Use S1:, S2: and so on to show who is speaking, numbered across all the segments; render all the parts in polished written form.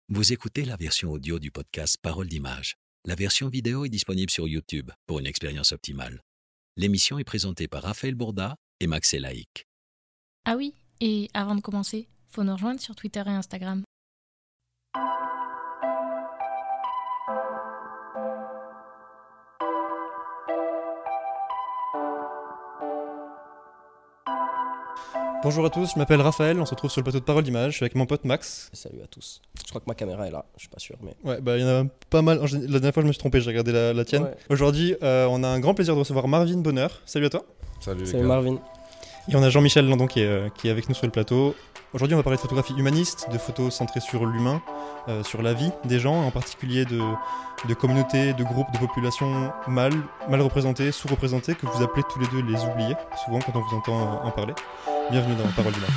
S1: Vous écoutez la version audio du podcast Parole d'Image. La version vidéo est disponible sur YouTube pour une expérience optimale. L'émission est présentée par Raphaël Bourda et Max Elaïc.
S2: Ah oui, et avant de commencer, faut nous rejoindre sur Twitter et Instagram.
S3: Bonjour à tous, je m'appelle Raphaël, on se retrouve sur le plateau de Parole d'Image, je suis avec mon pote Max.
S4: Salut à tous. Je crois que ma caméra est là, je suis pas sûr mais...
S3: Ouais, il y en a pas mal, la dernière fois je me suis trompé, j'ai regardé la tienne.
S4: Ouais.
S3: Aujourd'hui, on a un grand plaisir de recevoir Marvin Bonheur. Salut à toi.
S5: Salut les
S4: Salut
S5: gars.
S4: Marvin.
S3: Et on a Jean-Michel Landon qui est avec nous sur le plateau. Aujourd'hui, on va parler de photographie humaniste, de photos centrées sur l'humain, sur la vie des gens, en particulier de communautés, de groupes, de populations mal représentées, sous-représentées, que vous appelez tous les deux les oubliés, souvent quand on vous entend en parler. Bienvenue dans Parole d'Image.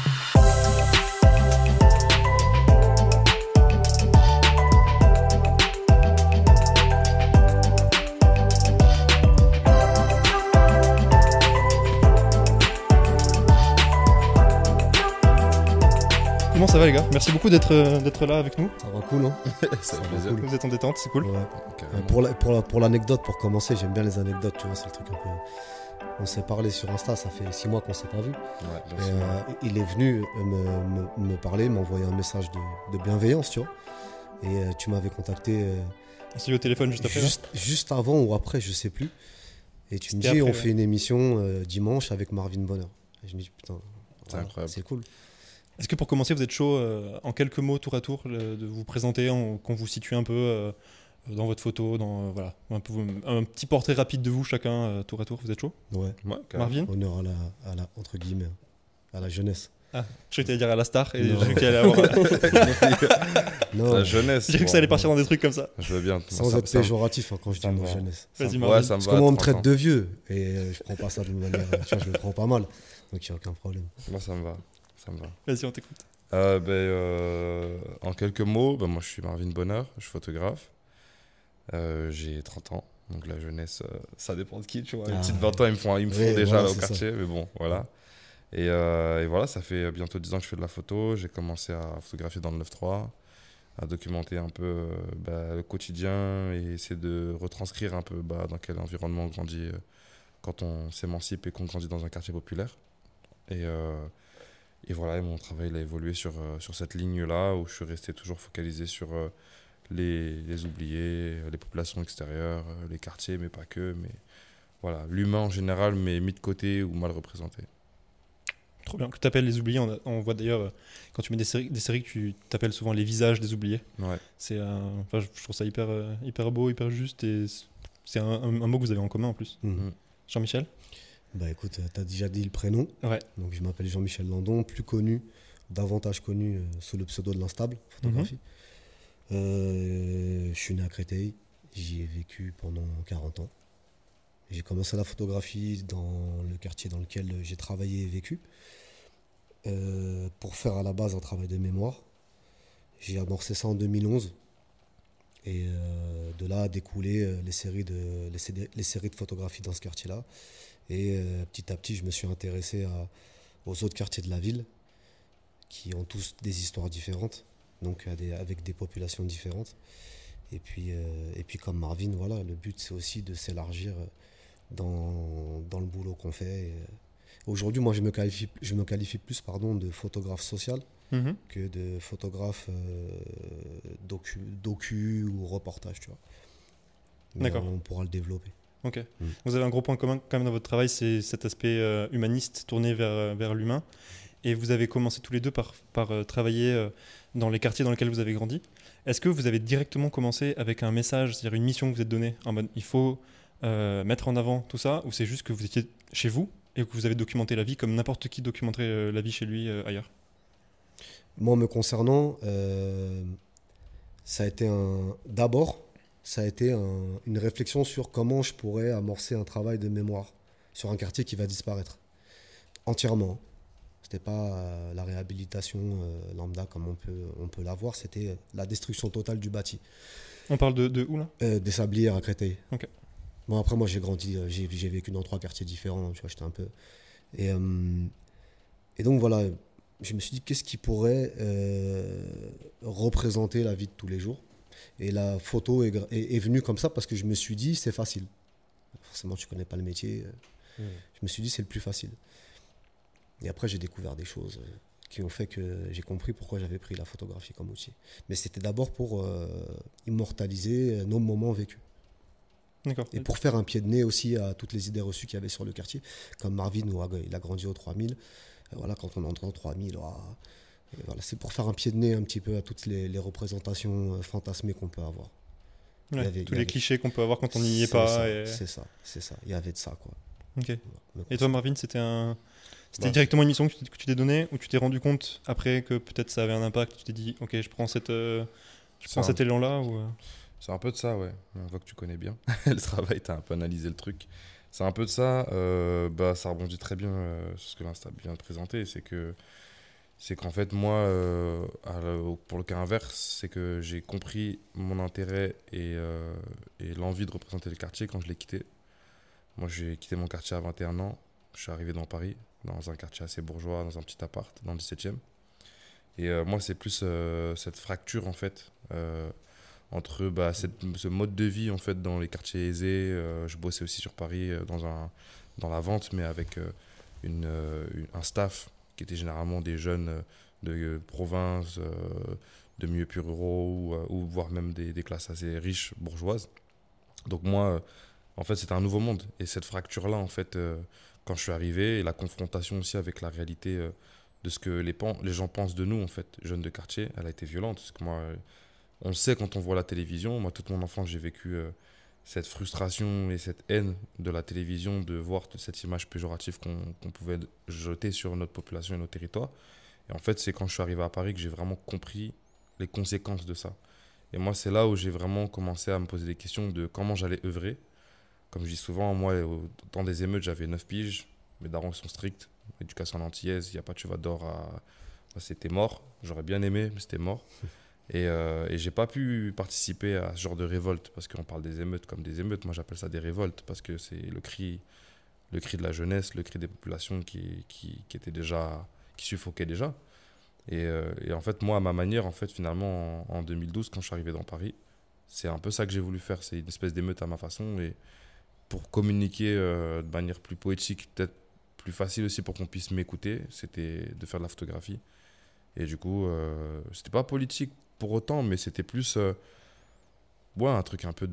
S3: Comment ça va les gars? Merci beaucoup d'être là avec nous.
S6: Ça va cool, hein?
S5: Ça fait
S6: va
S5: plaisir.
S6: cool.
S3: Vous êtes en détente, c'est cool.
S6: Ouais.
S5: Carrément.
S6: Pour l'anecdote, pour commencer, j'aime bien les anecdotes, tu vois, c'est le truc un peu... On s'est parlé sur Insta, ça fait 6 mois qu'on s'est pas vu.
S5: Ouais, bien
S6: Et,
S5: sûr.
S6: il est venu me parler, m'envoyer un message de bienveillance, tu vois. Et tu m'avais contacté
S3: On s'est eu au téléphone juste après. là.
S6: juste avant ou après, je sais plus. Et tu me
S3: C'était
S6: dis,
S3: après,
S6: on
S3: ouais.
S6: fait une émission dimanche avec Marvin Bonheur. Et je me dis, putain,
S5: C'est incroyable.
S6: c'est cool.
S3: Est-ce que pour commencer, vous êtes chaud en quelques mots tour à tour de vous présenter, qu'on vous situe un peu dans votre photo, voilà, un petit portrait rapide de vous chacun tour à tour. Vous êtes chaud?
S6: Ouais,
S5: Ouais, carrément.
S3: Marvin?
S6: honneur à la, entre guillemets, à la jeunesse.
S3: Ah, je croyais que t'allais dire à la star et
S6: Non.
S3: j'ai cru qu'il allait avoir.
S6: Non,
S5: La jeunesse.
S3: J'ai cru que ça allait partir dans des trucs comme ça.
S5: Je veux bien.
S6: sans être péjoratif, hein, quand je dis
S5: ça me
S6: mot
S5: va.
S6: jeunesse.
S3: Vas-y,
S5: Ouais,
S3: Marvin.
S5: ça me
S6: Parce
S5: va.
S6: que moi, on me
S5: 30
S6: traite
S5: ans.
S6: de vieux et je prends pas ça d'une manière. Tu vois, je le prends pas mal. Donc, il n'y a aucun problème.
S5: Moi, ça me va. Ça me va.
S3: Vas-y, on t'écoute.
S5: En quelques mots, moi, je suis Marvin Bonheur, je suis photographe. J'ai 30 ans. Donc, la jeunesse, ça dépend de qui, tu vois. Les
S6: Ah,
S5: petites 20 ans, ils me font
S6: Ouais,
S5: déjà
S6: voilà,
S5: là, au
S6: c'est
S5: quartier. Mais bon, voilà. Et voilà, ça fait bientôt 10 ans que je fais de la photo. J'ai commencé à photographier dans le 9-3, à documenter un peu le quotidien et essayer de retranscrire un peu dans quel environnement on grandit quand on s'émancipe et qu'on grandit dans un quartier populaire. Et voilà, et mon travail il a évolué sur cette ligne-là où je suis resté toujours focalisé sur les oubliés, les populations extérieures, les quartiers, mais pas que. Mais voilà, l'humain en général, mais mis de côté ou mal représenté.
S3: Trop bien. Que tu appelles les oubliés. On voit d'ailleurs, quand tu mets des séries que tu t'appelles souvent les visages des oubliés.
S5: Ouais.
S3: Je trouve ça hyper beau, hyper juste. Et c'est un mot que vous avez en commun en plus.
S6: Mhm.
S3: Jean-Michel?
S6: Bah écoute, t'as déjà dit le prénom.
S3: Ouais.
S6: Donc je m'appelle Jean-Michel Landon, davantage connu sous le pseudo de l'Instable Photographie. Je suis né à Créteil, j'y ai vécu pendant 40 ans. J'ai commencé la photographie dans le quartier dans lequel j'ai travaillé et vécu, pour faire à la base un travail de mémoire. J'ai amorcé ça en 2011 et de là a découlé les séries de photographie dans ce quartier-là. Et petit à petit, je me suis intéressé aux autres quartiers de la ville qui ont tous des histoires différentes, donc avec des populations différentes. Et puis comme Marvin, voilà, le but c'est aussi de s'élargir dans le boulot qu'on fait. Et aujourd'hui, moi, je me qualifie plus de photographe social
S3: Mhm.
S6: que de photographe docu ou reportage, tu vois. Mais
S3: D'accord.
S6: on pourra le développer.
S3: Ok. Vous avez un gros point commun quand même dans votre travail, c'est cet aspect humaniste tourné vers l'humain. Et vous avez commencé tous les deux par travailler dans les quartiers dans lesquels vous avez grandi. Est-ce que vous avez directement commencé avec un message, c'est-à-dire une mission que vous êtes donnée en mode il faut mettre en avant tout ça, ou c'est juste que vous étiez chez vous et que vous avez documenté la vie comme n'importe qui documenterait la vie chez lui ailleurs?
S6: Moi, me concernant, ça a été une réflexion sur comment je pourrais amorcer un travail de mémoire sur un quartier qui va disparaître entièrement. C'était pas la réhabilitation lambda comme on peut l'avoir, c'était la destruction totale du bâti.
S3: On parle de où là?
S6: Des Sablières à Créteil.
S3: Ok.
S6: Bon, après, moi, j'ai grandi, j'ai vécu dans 3 quartiers différents, tu vois, j'étais un peu... Et donc, voilà, je me suis dit qu'est-ce qui pourrait représenter la vie de tous les jours. Et la photo est venue comme ça parce que je me suis dit c'est facile. Forcément, tu connais pas le métier. Je me suis dit c'est le plus facile. Et après, j'ai découvert des choses qui ont fait que j'ai compris pourquoi j'avais pris la photographie comme outil. Mais c'était d'abord pour immortaliser nos moments vécus.
S3: D'accord.
S6: Et pour faire un pied de nez aussi à toutes les idées reçues qu'il y avait sur le quartier. Comme Marvin, il a grandi au 3000. Voilà, quand on entre au 3000, voilà, c'est pour faire un pied de nez un petit peu à toutes les représentations fantasmées qu'on peut avoir.
S3: Ouais, tous les clichés qu'on peut avoir quand on n'y est pas.
S6: C'est ça. Il y avait de ça, quoi.
S3: Ok. Et toi, Marvin, c'était directement une mission que tu t'es donnée ou tu t'es rendu compte après que peut-être ça avait un impact, tu t'es dit ok, je prends cet élan-là ou...
S5: C'est un peu de ça, ouais. On voit que tu connais bien le travail, tu as un peu analysé le truc. C'est un peu de ça. Ça rebondit très bien sur ce que l'Insta a bien présenté. C'est qu'en fait, moi, pour le cas inverse, c'est que j'ai compris mon intérêt et l'envie de représenter le quartier quand je l'ai quitté. Moi, j'ai quitté mon quartier à 21 ans. Je suis arrivé dans Paris, dans un quartier assez bourgeois, dans un petit appart, dans le 17e. Et moi, c'est plus cette fracture, en fait, entre ce mode de vie en fait dans les quartiers aisés. Je bossais aussi sur Paris dans la vente, mais avec un staff qui était généralement des jeunes de province, de milieux plus ruraux ou voire même des classes assez riches, bourgeoises. Donc moi, en fait, c'était un nouveau monde. Et cette fracture-là, en fait, quand je suis arrivé, et la confrontation aussi avec la réalité de ce que les gens pensent de nous, en fait, jeunes de quartier, elle a été violente. Parce que moi, on le sait quand on voit la télévision. Moi, toute mon enfance, j'ai vécu cette frustration et cette haine de la télévision, de voir toute cette image péjorative qu'on pouvait jeter sur notre population et nos territoires. Et en fait, c'est quand je suis arrivé à Paris que j'ai vraiment compris les conséquences de ça. Et moi, c'est là où j'ai vraiment commencé à me poser des questions de comment j'allais œuvrer. Comme je dis souvent, moi, au temps des émeutes, j'avais 9 piges. Mes darons sont stricts. Éducation en antillaise, il n'y a pas de cheval d'or c'était mort. J'aurais bien aimé, mais c'était mort. Et j'ai pas pu participer à ce genre de révolte parce qu'on parle des émeutes comme des émeutes. Moi, j'appelle ça des révoltes parce que c'est le cri de la jeunesse, le cri des populations qui suffoquaient déjà. Et en fait, moi, à ma manière, en fait, finalement, en 2012, quand je suis arrivé dans Paris, c'est un peu ça que j'ai voulu faire. C'est une espèce d'émeute à ma façon. Et pour communiquer de manière plus poétique, peut-être plus facile aussi pour qu'on puisse m'écouter, c'était de faire de la photographie. Et du coup, c'était pas politique pour autant, mais c'était plus un truc un peu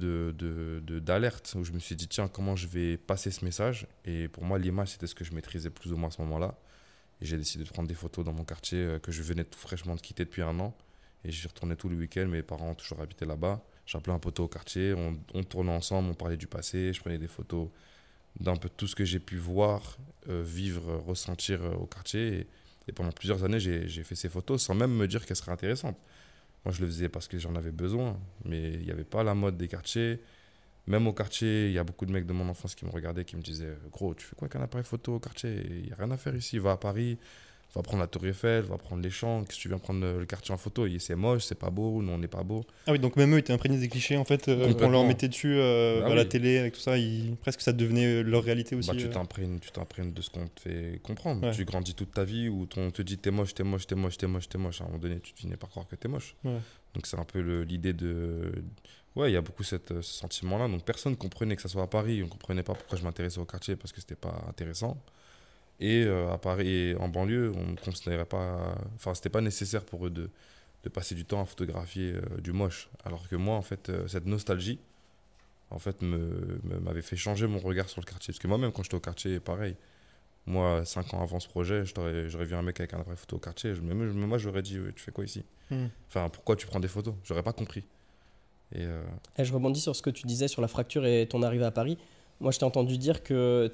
S5: d'alerte où je me suis dit, tiens, comment je vais passer ce message? Et pour moi, l'image, c'était ce que je maîtrisais plus ou moins à ce moment-là. Et j'ai décidé de prendre des photos dans mon quartier que je venais tout fraîchement de quitter depuis 1 an. Et j'y retournais tout le week-end. Mes parents ont toujours habité là-bas. J'appelais un poteau au quartier. On tournait ensemble, on parlait du passé. Je prenais des photos d'un peu tout ce que j'ai pu voir, vivre, ressentir au quartier. Et pendant plusieurs années, j'ai fait ces photos sans même me dire qu'elles seraient intéressantes. Moi, je le faisais parce que j'en avais besoin. Mais il n'y avait pas la mode des quartiers. Même au quartier, il y a beaucoup de mecs de mon enfance qui me regardaient, qui me disaient « Gros, tu fais quoi avec un appareil photo au quartier? Il n'y a rien à faire ici. Va à Paris, va prendre la Tour Eiffel, va prendre les Champs. Qu'est-ce que tu viens prendre le quartier en photo? C'est moche, c'est pas beau, nous, on n'est pas beau. »
S3: Ah oui, donc même eux étaient imprégnés des clichés, en fait, qu'on leur mettait dessus à la télé, avec tout ça. Presque ça devenait leur réalité aussi.
S5: Tu t'imprègnes de ce qu'on te fait comprendre. Ouais. Tu grandis toute ta vie où on te dit « T'es moche, t'es moche, t'es moche, t'es moche, t'es moche. » À un moment donné, tu finis par croire que t'es moche. Ouais. Donc c'est un peu l'idée de... Ouais, il y a beaucoup ce sentiment-là. Donc personne ne comprenait que ça soit à Paris. On ne comprenait pas pourquoi je m'intéressais au quartier parce que ce n'était pas intéressant. Et à Paris, en banlieue, on ne considérait pas... Enfin, ce n'était pas nécessaire pour eux de passer du temps à photographier du moche. Alors que moi, en fait, cette nostalgie, en fait, m'avait fait changer mon regard sur le quartier. Parce que moi-même, quand j'étais au quartier, pareil. Moi, 5 ans avant ce projet, j'aurais vu un mec avec un appareil photo au quartier. Moi, j'aurais dit, tu fais quoi ici? Enfin, pourquoi tu prends des photos? J'aurais pas compris.
S4: Et je rebondis sur ce que tu disais sur la fracture et ton arrivée à Paris. Moi, je t'ai entendu dire que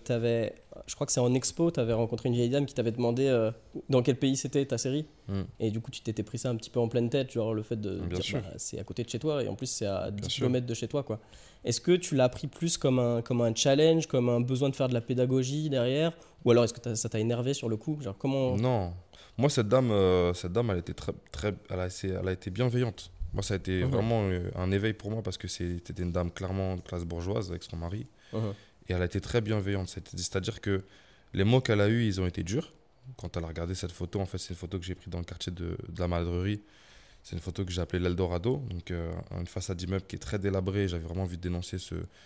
S4: je crois que c'est en expo, tu avais rencontré une vieille dame qui t'avait demandé dans quel pays c'était ta série. Et du coup, tu t'étais pris ça un petit peu en pleine tête, genre le fait de dire c'est à côté de chez toi et en plus c'est à 10 km de chez toi, quoi. Est-ce que tu l'as pris plus comme un challenge, comme un besoin de faire de la pédagogie derrière, ou alors est-ce que ça t'a énervé sur le coup, genre comment...
S5: Non, moi cette dame elle était elle a été bienveillante. Moi, ça a été vraiment un éveil pour moi parce que c'était une dame clairement de classe bourgeoise avec son mari. Et elle a été très bienveillante. C'est-à-dire que les mots qu'elle a eus, ils ont été durs. quand elle a regardé cette photo, en fait, c'est une photo que j'ai prise dans le quartier de la Maladrerie. C'est une photo que j'ai appelée l'Eldorado, donc une façade d'immeuble qui est très délabrée. J'avais vraiment envie de dénoncer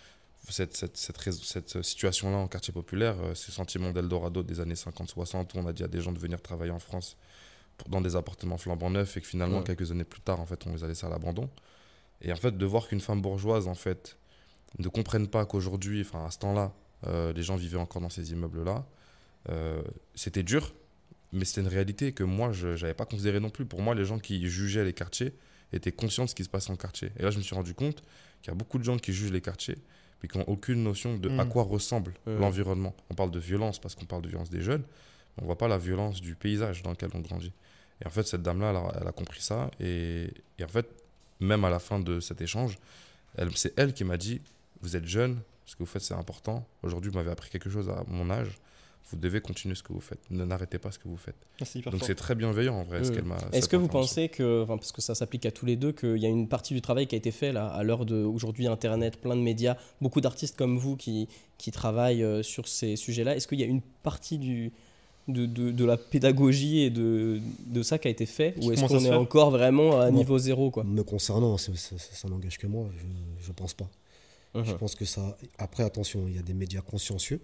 S5: cette situation-là en quartier populaire, ce sentiment d'Eldorado des années 50-60 où on a dit à des gens de venir travailler en France dans des appartements flambant neufs et que finalement, quelques années plus tard, en fait, on les a laissés à l'abandon. Et en fait, de voir qu'une femme bourgeoise, en fait, ne comprenne pas qu'aujourd'hui, enfin à ce temps-là, les gens vivaient encore dans ces immeubles-là, c'était dur, mais c'était une réalité que moi, je n'avais pas considérée non plus. Pour moi, les gens qui jugeaient les quartiers étaient conscients de ce qui se passait en quartier. Et là, je me suis rendu compte qu'il y a beaucoup de gens qui jugent les quartiers, mais qui n'ont aucune notion de à quoi ressemble l'environnement. On parle de violence parce qu'on parle de violence des jeunes, mais on ne voit pas la violence du paysage dans lequel on grandit. Et en fait, cette dame-là, elle a compris ça. Et en fait, même à la fin de cet échange, c'est elle qui m'a dit « Vous êtes jeune, ce que vous faites, c'est important. Aujourd'hui, vous m'avez appris quelque chose à mon âge. Vous devez continuer ce que vous faites. N'arrêtez pas ce que vous faites. » Donc c'est très bienveillant en vrai.
S4: Est-ce que vous pensez que, parce que ça s'applique à tous les deux, qu'il y a une partie du travail qui a été fait là, à l'heure d'aujourd'hui, Internet, plein de médias, beaucoup d'artistes comme vous qui travaillent sur ces sujets-là. Est-ce qu'il y a une partie de la pédagogie et de ça qui a été fait, ou est-ce qu'on est encore vraiment à niveau zéro, quoi?
S6: Me concernant, ça n'engage que moi, je pense pas. Je pense que ça... Après, attention, il y a des médias consciencieux.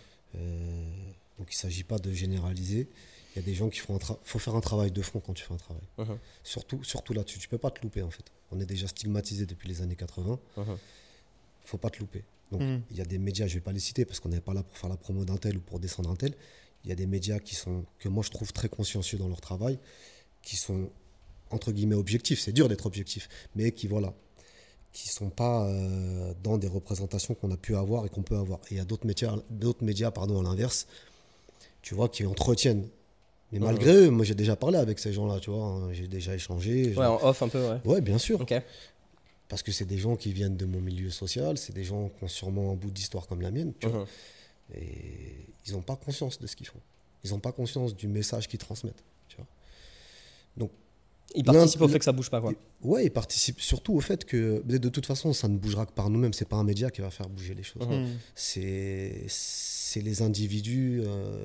S6: Donc il ne s'agit pas de généraliser. Il y a des gens qui font faut faire un travail de fond quand tu fais un travail. Surtout là-dessus. Tu ne peux pas te louper en fait. On est déjà stigmatisé depuis les années 80. Il ne faut pas te louper. Donc il y a des médias, je ne vais pas les citer parce qu'on n'est pas là pour faire la promo d'un tel ou pour descendre un tel. Il y a des médias que moi je trouve très consciencieux dans leur travail, qui sont entre guillemets objectifs. C'est dur d'être objectif, mais qui sont pas dans des représentations qu'on a pu avoir et qu'on peut avoir. Et il y a d'autres médias à l'inverse, tu vois, qui entretiennent. Mais malgré eux, moi j'ai déjà parlé avec ces gens-là, tu vois, hein, j'ai déjà échangé.
S4: Ouais, en off un peu, ouais.
S6: Ouais, bien sûr.
S4: Okay.
S6: Parce que c'est des gens qui viennent de mon milieu social, c'est des gens qui ont sûrement un bout d'histoire comme la mienne, tu vois. Et ils n'ont pas conscience de ce qu'ils font. Ils n'ont pas conscience du message qu'ils transmettent, tu vois. Donc,
S4: ils participent au fait que ça ne bouge pas, quoi.
S6: Ouais, ils participent surtout au fait que de toute façon, ça ne bougera que par nous-mêmes. Ce n'est pas un média qui va faire bouger les choses. C'est les individus,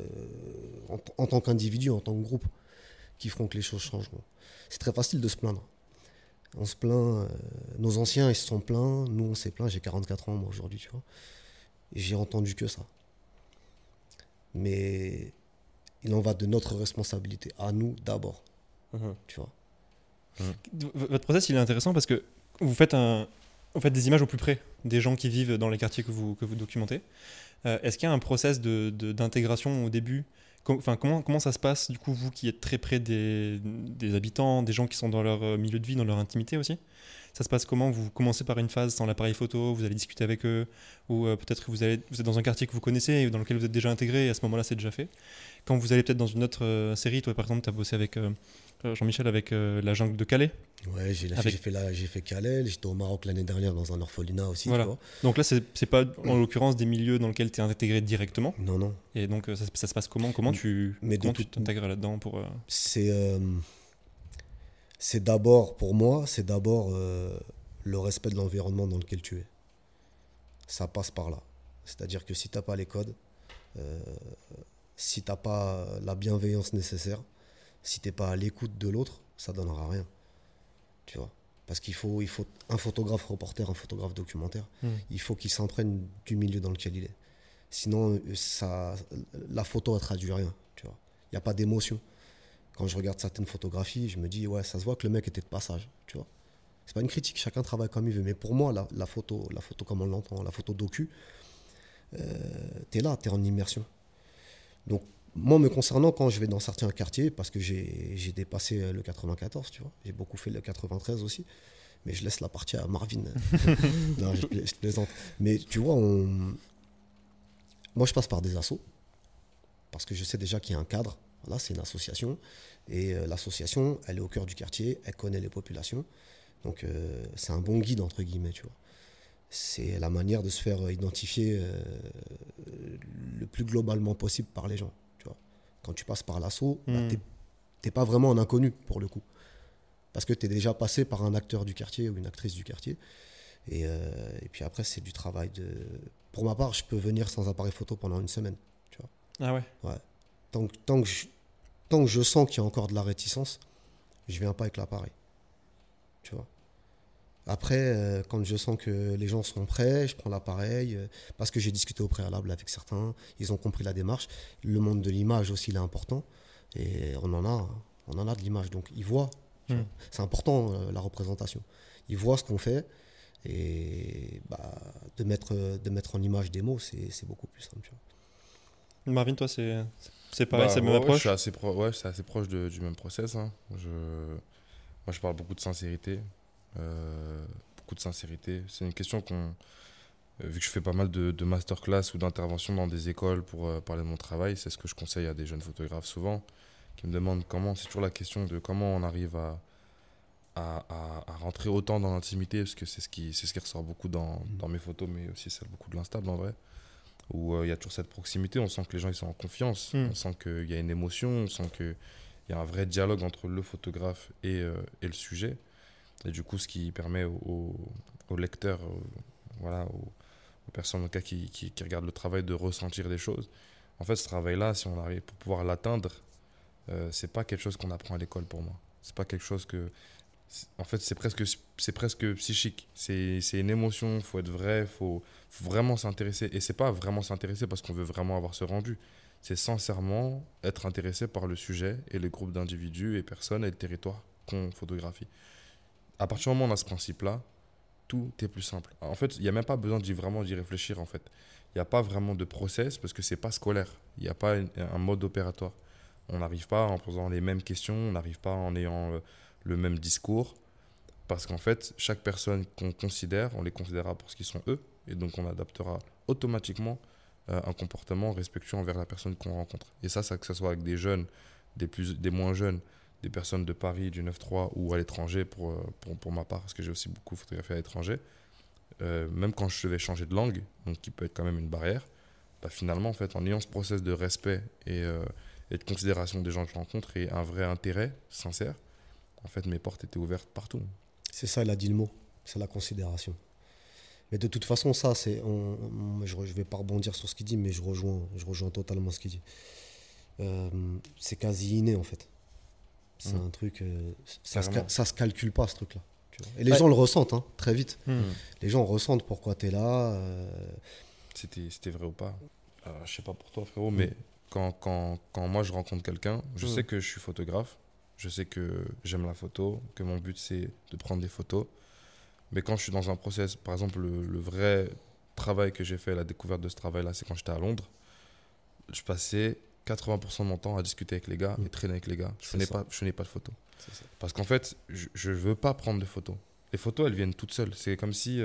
S6: en tant qu'individus, en tant que groupe, qui feront que les choses changeront. C'est très facile de se plaindre. On se plaint, nos anciens, ils se sont plaints, nous, on s'est plaint. J'ai 44 ans, moi, aujourd'hui, tu vois. Et j'ai entendu que ça. Mais il en va de notre responsabilité, à nous d'abord, tu vois.
S3: Votre process, il est intéressant parce que vous faites des images au plus près des gens qui vivent dans les quartiers que vous documentez. Est-ce qu'il y a un process d'intégration au début? Comment ça se passe, du coup, vous qui êtes très près des habitants, des gens qui sont dans leur milieu de vie, dans leur intimité aussi? Ça se passe comment? Vous commencez par une phase sans l'appareil photo, vous allez discuter avec eux, ou peut-être que vous êtes dans un quartier que vous connaissez et dans lequel vous êtes déjà intégré, et à ce moment-là, c'est déjà fait. Quand vous allez peut-être dans une autre série, toi par exemple, tu as bossé avec Jean-Michel avec La Jungle de Calais.
S6: Ouais, j'ai fait Calais, j'étais au Maroc l'année dernière dans un orphelinat aussi.
S3: Voilà.
S6: Tu vois.
S3: Donc là, c'est pas en l'occurrence des milieux dans lesquels tu es intégré directement.
S6: Non.
S3: Et donc ça se passe comment tu t'intègres là-dedans pour...
S6: C'est d'abord, pour moi, le respect de l'environnement dans lequel tu es. Ça passe par là. C'est-à-dire que si tu n'as pas les codes, si tu n'as pas la bienveillance nécessaire, si tu n'es pas à l'écoute de l'autre, ça ne donnera rien. Tu vois. Parce qu'il faut un photographe reporter, un photographe documentaire. Il faut qu'il s'imprègne du milieu dans lequel il est. Sinon, la photo ne traduit rien. Tu vois. Il n'y a pas d'émotion. Quand je regarde certaines photographies, je me dis, ouais, ça se voit que le mec était de passage, tu vois. C'est pas une critique, chacun travaille comme il veut. Mais pour moi, la photo comme on l'entend, la photo docu, t'es là, t'es en immersion. Donc, moi, me concernant, quand je vais dans certains quartiers, parce que j'ai dépassé le 94, tu vois, j'ai beaucoup fait le 93 aussi, mais je laisse la partie à Marvin. Non, je plaisante. Mais tu vois, moi, je passe par des assos, parce que je sais déjà qu'il y a un cadre. Là, c'est une association, et l'association, elle est au cœur du quartier, elle connaît les populations, donc c'est un bon guide, entre guillemets, tu vois. C'est la manière de se faire identifier le plus globalement possible par les gens, tu vois. Quand tu passes par l'asso, t'es pas vraiment un inconnu, pour le coup, parce que t'es déjà passé par un acteur du quartier ou une actrice du quartier, et puis après, c'est du travail de... Pour ma part, je peux venir sans appareil photo pendant une semaine, tu vois.
S3: Ah ouais.
S6: Ouais. Tant que tant que je sens qu'il y a encore de la réticence, je viens pas avec l'appareil. Tu vois. Après, quand je sens que les gens sont prêts, je prends l'appareil, parce que j'ai discuté au préalable avec certains, ils ont compris la démarche. Le monde de l'image aussi, il est important. Et on en a de l'image. Donc, ils voient. C'est important, la représentation. Ils voient ce qu'on fait. Et de mettre en image des mots, c'est beaucoup plus simple. Tu vois.
S3: Marvin, toi, c'est pareil, c'est la même approche?
S5: Je suis assez proche du même process. Hein. Moi, je parle beaucoup de sincérité. C'est une question vu que je fais pas mal de masterclass ou d'interventions dans des écoles pour parler de mon travail, c'est ce que je conseille à des jeunes photographes souvent, qui me demandent c'est toujours la question de comment on arrive à rentrer autant dans l'intimité, parce que c'est ce qui ressort beaucoup dans mes photos, mais aussi celle beaucoup de l'instable en vrai, où il y a toujours cette proximité, on sent que les gens ils sont en confiance, on sent qu'il y a une émotion, on sent qu'il y a un vrai dialogue entre le photographe et le sujet. Et du coup, ce qui permet aux lecteurs, aux personnes en cas qui regardent le travail, de ressentir des choses. En fait, ce travail-là, si on arrive pour pouvoir l'atteindre, c'est pas quelque chose qu'on apprend à l'école pour moi. C'est pas quelque chose que... En fait, c'est presque psychique. C'est une émotion, il faut être vrai, il faut vraiment s'intéresser. Et c'est pas vraiment s'intéresser parce qu'on veut vraiment avoir ce rendu. C'est sincèrement être intéressé par le sujet et les groupes d'individus et personnes et le territoire qu'on photographie. À partir du moment où on a ce principe-là, tout est plus simple. En fait, il n'y a même pas besoin d'y réfléchir, en fait. Il n'y a pas vraiment de process parce que ce n'est pas scolaire. Il n'y a pas un mode opératoire. On n'arrive pas en posant les mêmes questions, on n'arrive pas en ayant le même discours. Parce qu'en fait, chaque personne qu'on considère, on les considérera pour ce qu'ils sont eux. Et donc, on adaptera automatiquement un comportement respectueux envers la personne qu'on rencontre. Et ça, que ce soit avec des jeunes, des moins jeunes, des personnes de Paris, du 9-3 ou à l'étranger pour ma part, parce que j'ai aussi beaucoup photographié à l'étranger, même quand je vais changer de langue, donc qui peut être quand même une barrière, finalement, en fait, en ayant ce process de respect et de considération des gens que je rencontre et un vrai intérêt sincère, en fait, mes portes étaient ouvertes partout.
S6: C'est ça, il a dit le mot, c'est la considération. Mais de toute façon, ça, je ne vais pas rebondir sur ce qu'il dit, mais je rejoins totalement ce qu'il dit. C'est quasi inné, en fait. C'est un truc... ça se calcule pas, ce truc-là. Et les gens le ressentent, hein, très vite. Les gens ressentent pourquoi tu es là.
S5: C'était vrai ou pas. Je sais pas pour toi, frérot, mais quand moi, je rencontre quelqu'un, je sais que je suis photographe, je sais que j'aime la photo, que mon but, c'est de prendre des photos. Mais quand je suis dans un process, par exemple, le vrai travail que j'ai fait, la découverte de ce travail-là, c'est quand j'étais à Londres, je passais 80% de mon temps à discuter avec les gars et traîner avec les gars. Je n'ai pas de photos. Parce qu'en fait, je ne veux pas prendre de photos. Les photos, elles viennent toutes seules. C'est comme si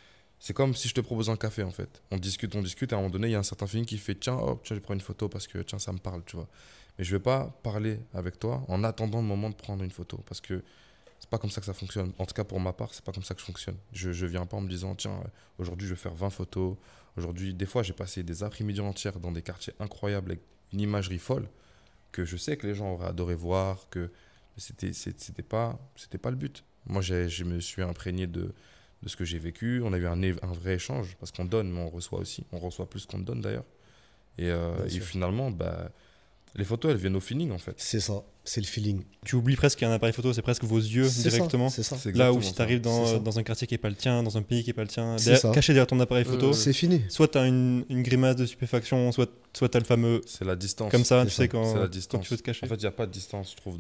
S5: je te propose un café, en fait. On discute, et à un moment donné, il y a un certain feeling qui fait tiens, je prends une photo parce que tiens, ça me parle, tu vois. Mais je ne vais pas parler avec toi en attendant le moment de prendre une photo. Parce que c'est pas comme ça que ça fonctionne. En tout cas, pour ma part, c'est pas comme ça que je fonctionne. Je viens pas en me disant tiens, aujourd'hui, je vais faire 20 photos. Aujourd'hui, des fois, j'ai passé des après-midi entières dans des quartiers incroyables avec une imagerie folle que je sais que les gens auraient adoré voir, que c'était pas le but. Moi, je me suis imprégné de ce que j'ai vécu. On a eu un vrai échange parce qu'on donne, mais on reçoit aussi. On reçoit plus qu'on ne donne d'ailleurs. Et finalement, les photos, elles viennent au feeling en fait.
S6: C'est ça, c'est le feeling.
S3: Tu oublies presque qu'il y a un appareil photo, c'est presque vos yeux directement.
S6: C'est ça.
S3: Là où si tu arrives dans un quartier qui n'est pas le tien, dans un pays qui n'est pas le tien, caché derrière ton appareil photo,
S6: c'est fini.
S3: Soit tu as une grimace de stupéfaction, soit tu as le fameux.
S5: C'est la distance.
S3: Comme ça, tu sais, quand
S5: tu
S3: veux te cacher.
S5: En fait, il n'y a pas de distance, je trouve,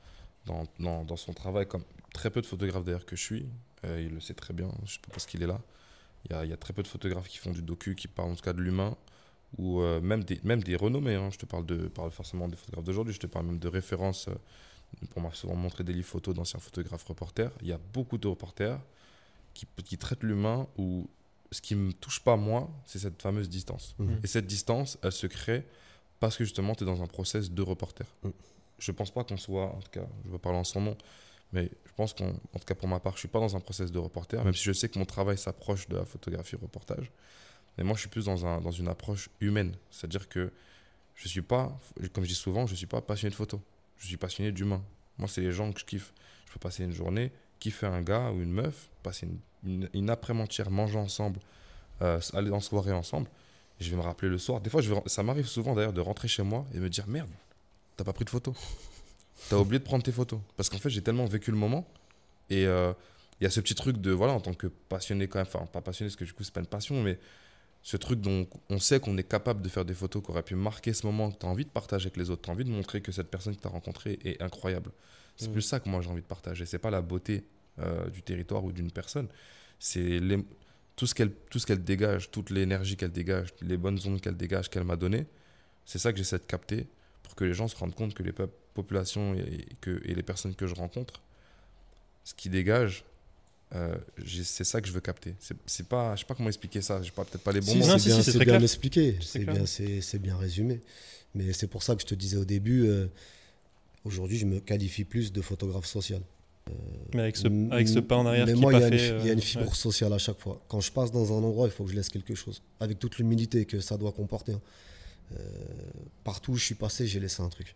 S5: dans son travail. Comme très peu de photographes d'ailleurs que je suis, il le sait très bien, je ne sais pas parce qu'il est là. Il y a très peu de photographes qui font du docu, qui parlent en tout cas de l'humain. Ou même des renommés, hein. Je te parle forcément des photographes d'aujourd'hui, je te parle même de références pour m'a souvent montré des livres photos d'anciens photographes reporters. Il y a beaucoup de reporters qui traitent l'humain où ce qui me touche pas moi, c'est cette fameuse distance. Et cette distance, elle se crée parce que justement tu es dans un process de reporter. Je pense pas qu'on soit, en tout cas, je vais parler en son nom, mais je pense en tout cas pour ma part, je suis pas dans un process de reporter, même si je sais que mon travail s'approche de la photographie reportage. Mais moi, je suis plus dans une approche humaine. C'est-à-dire que je suis pas, comme je dis souvent, je ne suis pas passionné de photo. Je suis passionné d'humain. Moi, c'est les gens que je kiffe. Je peux passer une journée, kiffer un gars ou une meuf, passer une après-midi entière, manger ensemble, aller en soirée ensemble. Et je vais me rappeler le soir. Des fois, ça m'arrive souvent d'ailleurs de rentrer chez moi et me dire merde, t'as pas pris de photos. T'as oublié de prendre tes photos. Parce qu'en fait, j'ai tellement vécu le moment. Et il y a ce petit truc de, voilà, en tant que passionné quand même, enfin, pas passionné, parce que du coup, c'est pas une passion, mais ce truc dont on sait qu'on est capable de faire des photos qui auraient pu marquer ce moment, que tu as envie de partager avec les autres, tu as envie de montrer que cette personne que tu as rencontrée est incroyable. C'est plus ça que moi j'ai envie de partager. C'est pas la beauté du territoire ou d'une personne. C'est tout ce qu'elle dégage, toute l'énergie qu'elle dégage, les bonnes ondes qu'elle dégage, qu'elle m'a données. C'est ça que j'essaie de capter pour que les gens se rendent compte que les populations et les personnes que je rencontre, ce qu'ils dégagent, c'est ça que je veux capter. C'est pas, je sais pas comment expliquer ça. J'ai peut-être pas les bons mots.
S6: C'est bien expliqué. C'est bien résumé. Mais c'est pour ça que je te disais au début, aujourd'hui, je me qualifie plus de photographe social.
S3: Mais avec ce pas en arrière
S6: mais
S3: qui
S6: moi,
S3: est pas fait...
S6: il y a une fibre sociale à chaque fois. Quand je passe dans un endroit, il faut que je laisse quelque chose. Avec toute l'humilité que ça doit comporter. Partout où je suis passé, j'ai laissé un truc.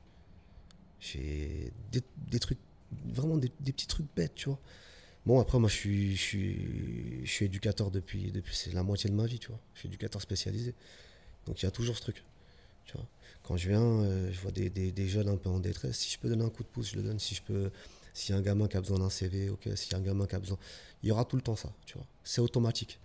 S6: J'ai des trucs, vraiment des petits trucs bêtes, tu vois. Bon, après, moi, je suis éducateur depuis c'est la moitié de ma vie, tu vois. Je suis éducateur spécialisé. Donc, il y a toujours ce truc, tu vois. Quand je viens, je vois des jeunes un peu en détresse. Si je peux donner un coup de pouce, je le donne. S'il y a un gamin qui a besoin d'un CV, ok. S'il y a un gamin qui a besoin... Il y aura tout le temps ça, tu vois. C'est automatique.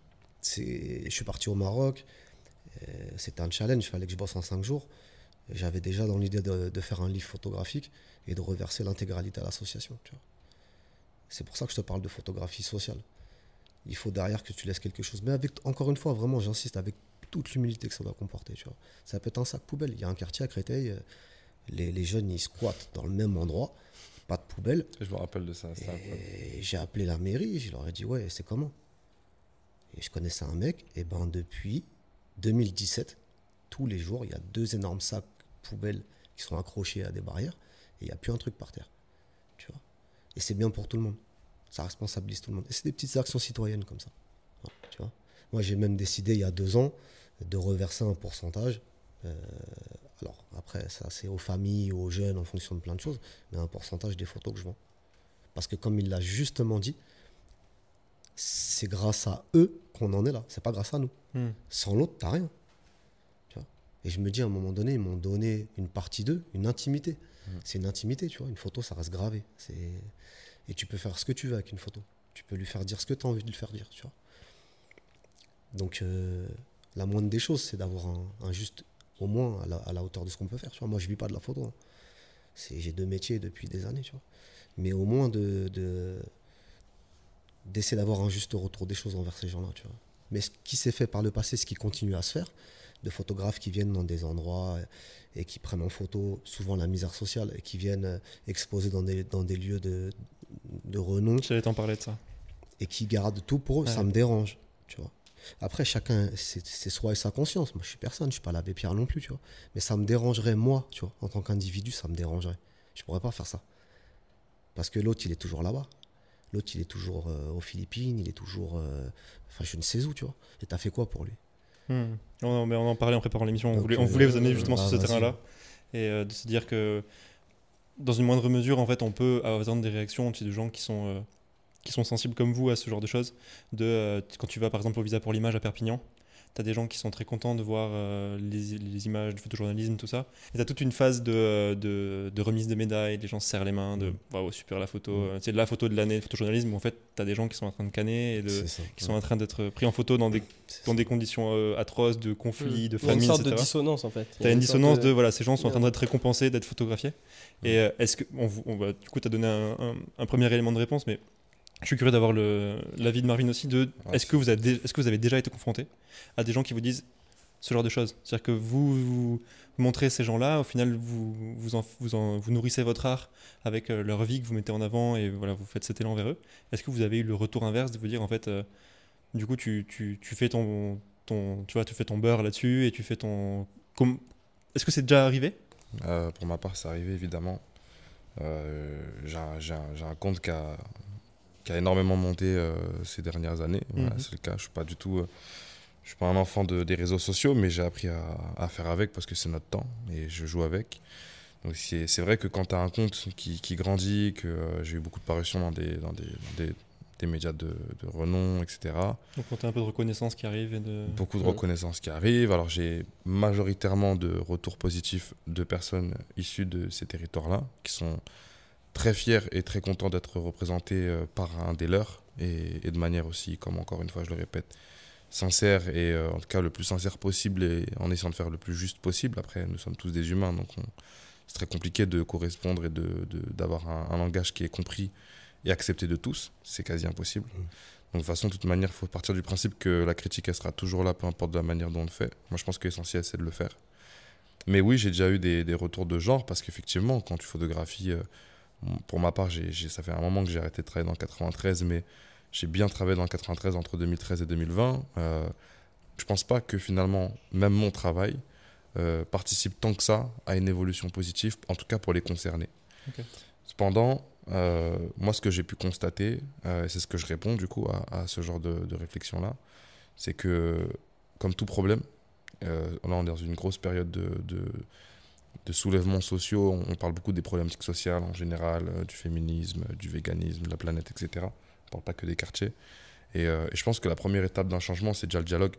S6: Je suis parti au Maroc. C'était un challenge. Il fallait que je bosse en 5 jours. J'avais déjà dans l'idée de faire un livre photographique et de reverser l'intégralité à l'association, tu vois. C'est pour ça que je te parle de photographie sociale. Il faut derrière que tu laisses quelque chose. Mais encore une fois, vraiment, j'insiste, avec toute l'humilité que ça doit comporter. Tu vois. Ça peut être un sac poubelle. Il y a un quartier à Créteil, les jeunes, ils squattent dans le même endroit, pas de poubelle.
S5: Je me rappelle de ça.
S6: Et j'ai appelé la mairie, je leur ai dit, ouais, c'est comment? Et je connaissais un mec, et ben depuis 2017, tous les jours, il y a 2 énormes sacs poubelles qui sont accrochés à des barrières, et il n'y a plus un truc par terre. Tu vois. Et c'est bien pour tout le monde. Ça responsabilise tout le monde. Et c'est des petites actions citoyennes comme ça. Tu vois. Moi, j'ai même décidé il y a 2 ans de reverser un pourcentage. Alors après, ça c'est aux familles, aux jeunes, en fonction de plein de choses, mais un pourcentage des photos que je vends. Parce que comme il l'a justement dit, c'est grâce à eux qu'on en est là. C'est pas grâce à nous. Sans l'autre, t'as rien. Tu vois. Et je me dis, à un moment donné, ils m'ont donné une partie d'eux, une intimité. C'est une intimité, tu vois. Une photo, ça reste gravé. Et tu peux faire ce que tu veux avec une photo. Tu peux lui faire dire ce que tu as envie de lui faire dire, tu vois. Donc, la moindre des choses, c'est d'avoir un juste, au moins, à la hauteur de ce qu'on peut faire, tu vois. Moi, je vis pas de la photo. Hein. J'ai 2 métiers depuis des années, tu vois. Mais au moins, d'essayer d'avoir un juste retour des choses envers ces gens-là, tu vois. Mais ce qui s'est fait par le passé, ce qui continue à se faire, de photographes qui viennent dans des endroits et qui prennent en photo souvent la misère sociale et qui viennent exposer dans des lieux de renom.
S3: J'allais t'en parler de ça.
S6: Et qui gardent tout pour eux, ça me dérange, tu vois. Après, chacun, c'est soi et sa conscience. Moi, je suis personne, je suis pas l'abbé Pierre non plus, tu vois. Mais ça me dérangerait, moi, tu vois, en tant qu'individu, ça me dérangerait. Je pourrais pas faire ça. Parce que l'autre, il est toujours là-bas. L'autre, il est toujours aux Philippines, il est toujours... Enfin, je ne sais où, tu vois. Et t'as fait quoi pour lui?
S3: Mais on en parlait en préparant l'émission.
S6: Donc,
S3: on voulait vous amener justement sur ce terrain-là. Et de se dire que, dans une moindre mesure, en fait, on peut attendre des réactions de gens qui sont sensibles comme vous à ce genre de choses. Quand tu vas, par exemple, au Visa pour l'image à Perpignan, tu as des gens qui sont très contents de voir les images du photojournalisme, tout ça. Et tu as toute une phase de remise de médailles, les gens se serrent les mains, de waouh, super la photo. C'est la photo de l'année de photojournalisme où en fait, tu as des gens qui sont en train de canner et qui sont en train d'être pris en photo dans des conditions atroces, de conflits, de famine, etc.
S4: Il y a une sorte de dissonance en fait.
S3: Tu as une dissonance de voilà, ces gens sont en train d'être récompensés, d'être photographiés. Et est-ce que, du coup, tu as donné un premier élément de réponse, mais je suis curieux d'avoir l'avis de Marvin aussi est-ce que vous avez déjà été confronté à des gens qui vous disent ce genre de choses? C'est-à-dire que vous montrez ces gens-là, au final vous nourrissez votre art avec leur vie que vous mettez en avant et voilà, vous faites cet élan vers eux. Est-ce que vous avez eu le retour inverse de vous dire en fait du coup tu fais ton tu vois, tu fais ton beurre là-dessus et tu fais Est-ce que c'est déjà arrivé?
S5: Pour ma part, c'est arrivé évidemment. J'ai un compte qui a énormément monté ces dernières années. Voilà, c'est le cas. Je suis pas un enfant des réseaux sociaux, mais j'ai appris à faire avec parce que c'est notre temps et je joue avec. Donc c'est vrai que quand tu as un compte qui grandit, que j'ai eu beaucoup de parutions dans des médias de renom, etc.
S3: Donc on a un peu de reconnaissance qui arrive.
S5: Beaucoup de reconnaissance qui arrive. Alors j'ai majoritairement de retours positifs de personnes issues de ces territoires-là, qui sont très fiers et très contents d'être représentés par un des leurs, et de manière aussi, comme encore une fois je le répète, sincère, et en tout cas le plus sincère possible, et en essayant de faire le plus juste possible. Après, nous sommes tous des humains, donc c'est très compliqué de correspondre et d'avoir un langage qui est compris et accepté de tous. C'est quasi impossible. Donc de toute façon, de toute manière, il faut partir du principe que la critique, elle sera toujours là, peu importe de la manière dont on le fait. Moi, je pense que l'essentiel, c'est de le faire. Mais oui, j'ai déjà eu des retours de genre, parce qu'effectivement, quand tu photographies, pour ma part, ça fait un moment que j'ai arrêté de travailler dans le 93, mais j'ai bien travaillé dans le 93 entre 2013 et 2020. Je pense pas que finalement, même mon travail participe tant que ça à une évolution positive, en tout cas pour les concernés.
S3: Okay.
S5: Cependant, moi, ce que j'ai pu constater, et c'est ce que je réponds du coup à ce genre de réflexion-là, c'est que, comme tout problème, là on est dans une grosse période de soulèvements sociaux. On parle beaucoup des problématiques sociales en général, du féminisme, du véganisme, de la planète, etc. On ne parle pas que des quartiers. Et je pense que la première étape d'un changement, c'est déjà le dialogue.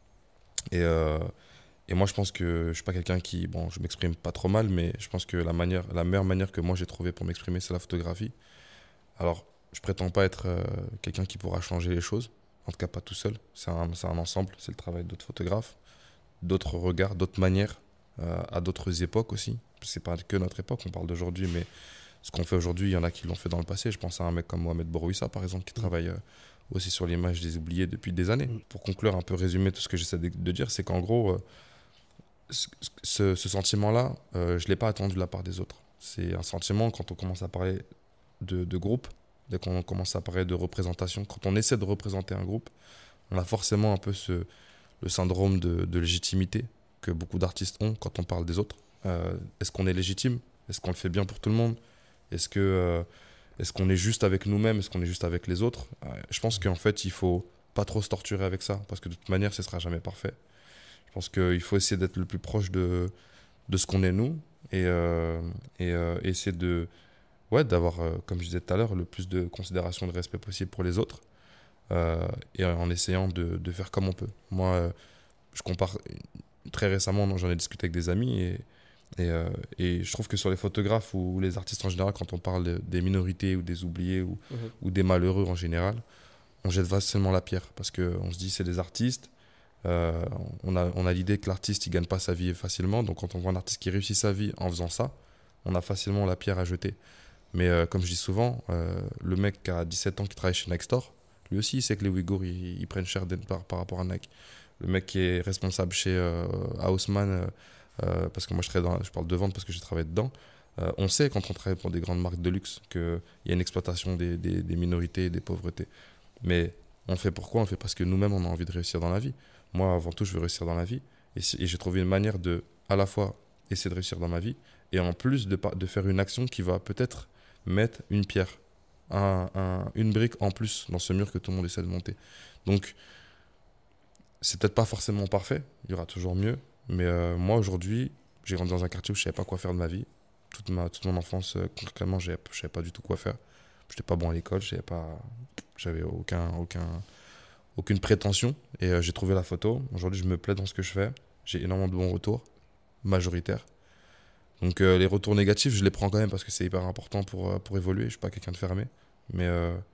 S5: Et moi, je pense que je ne suis pas quelqu'un qui... Bon, je ne m'exprime pas trop mal, mais je pense que la meilleure manière que moi j'ai trouvée pour m'exprimer, c'est la photographie. Alors, je ne prétends pas être quelqu'un qui pourra changer les choses. En tout cas, pas tout seul. C'est un ensemble. C'est le travail d'autres photographes, d'autres regards, d'autres manières, à d'autres époques aussi. Ce n'est pas que notre époque, on parle d'aujourd'hui, mais ce qu'on fait aujourd'hui, il y en a qui l'ont fait dans le passé. Je pense à un mec comme Mohamed Bourouissa, par exemple, qui travaille aussi sur l'image des oubliés depuis des années. Pour conclure, un peu résumer tout ce que j'essaie de dire, c'est qu'en gros, ce sentiment-là, je ne l'ai pas attendu de la part des autres. C'est un sentiment, quand on commence à parler de groupe, dès qu'on commence à parler de représentation, quand on essaie de représenter un groupe, on a forcément un peu le syndrome de légitimité que beaucoup d'artistes ont quand on parle des autres. Est-ce qu'on est légitime? Est-ce qu'on le fait bien pour tout le monde? Est-ce qu'on est juste avec nous-mêmes? Est-ce qu'on est juste avec les autres? Je pense qu'en fait, il ne faut pas trop se torturer avec ça, parce que de toute manière, ce ne sera jamais parfait. Je pense qu'il faut essayer d'être le plus proche de ce qu'on est nous, et essayer d'avoir, comme je disais tout à l'heure, le plus de considération, de respect possible pour les autres, et en essayant de faire comme on peut. Moi, je compare très récemment, j'en ai discuté avec des amis, et je trouve que sur les photographes ou les artistes en général, quand on parle des minorités ou des oubliés ou des malheureux en général, on jette facilement la pierre, parce qu'on se dit c'est des artistes. On a l'idée que l'artiste il gagne pas sa vie facilement, donc quand on voit un artiste qui réussit sa vie en faisant ça, on a facilement la pierre à jeter. Mais comme je dis souvent, le mec qui a 17 ans qui travaille chez Nike Store, lui aussi il sait que les Ouïghours ils prennent cher par rapport à Nike. Le mec qui est responsable chez Haussmann, parce que moi je parle de vente parce que j'ai travaillé dedans, on sait quand on travaille pour des grandes marques de luxe qu'il y a une exploitation des minorités et des pauvretés. Mais on le fait pourquoi? On le fait parce que nous-mêmes on a envie de réussir dans la vie. Moi, avant tout, je veux réussir dans la vie. Et j'ai trouvé une manière de, à la fois, essayer de réussir dans ma vie, et en plus de faire une action qui va peut-être mettre une pierre, une brique en plus dans ce mur que tout le monde essaie de monter. Donc, c'est peut-être pas forcément parfait, il y aura toujours mieux. Mais moi, aujourd'hui, j'ai grandi dans un quartier où je savais pas quoi faire de ma vie. Toute mon enfance, concrètement, je savais pas du tout quoi faire. Je n'étais pas bon à l'école, j'avais aucune prétention, et j'ai trouvé la photo. Aujourd'hui, je me plais dans ce que je fais. J'ai énormément de bons retours, majoritaires. Donc les retours négatifs, je les prends quand même parce que c'est hyper important pour évoluer. Je ne suis pas quelqu'un de fermé. Mais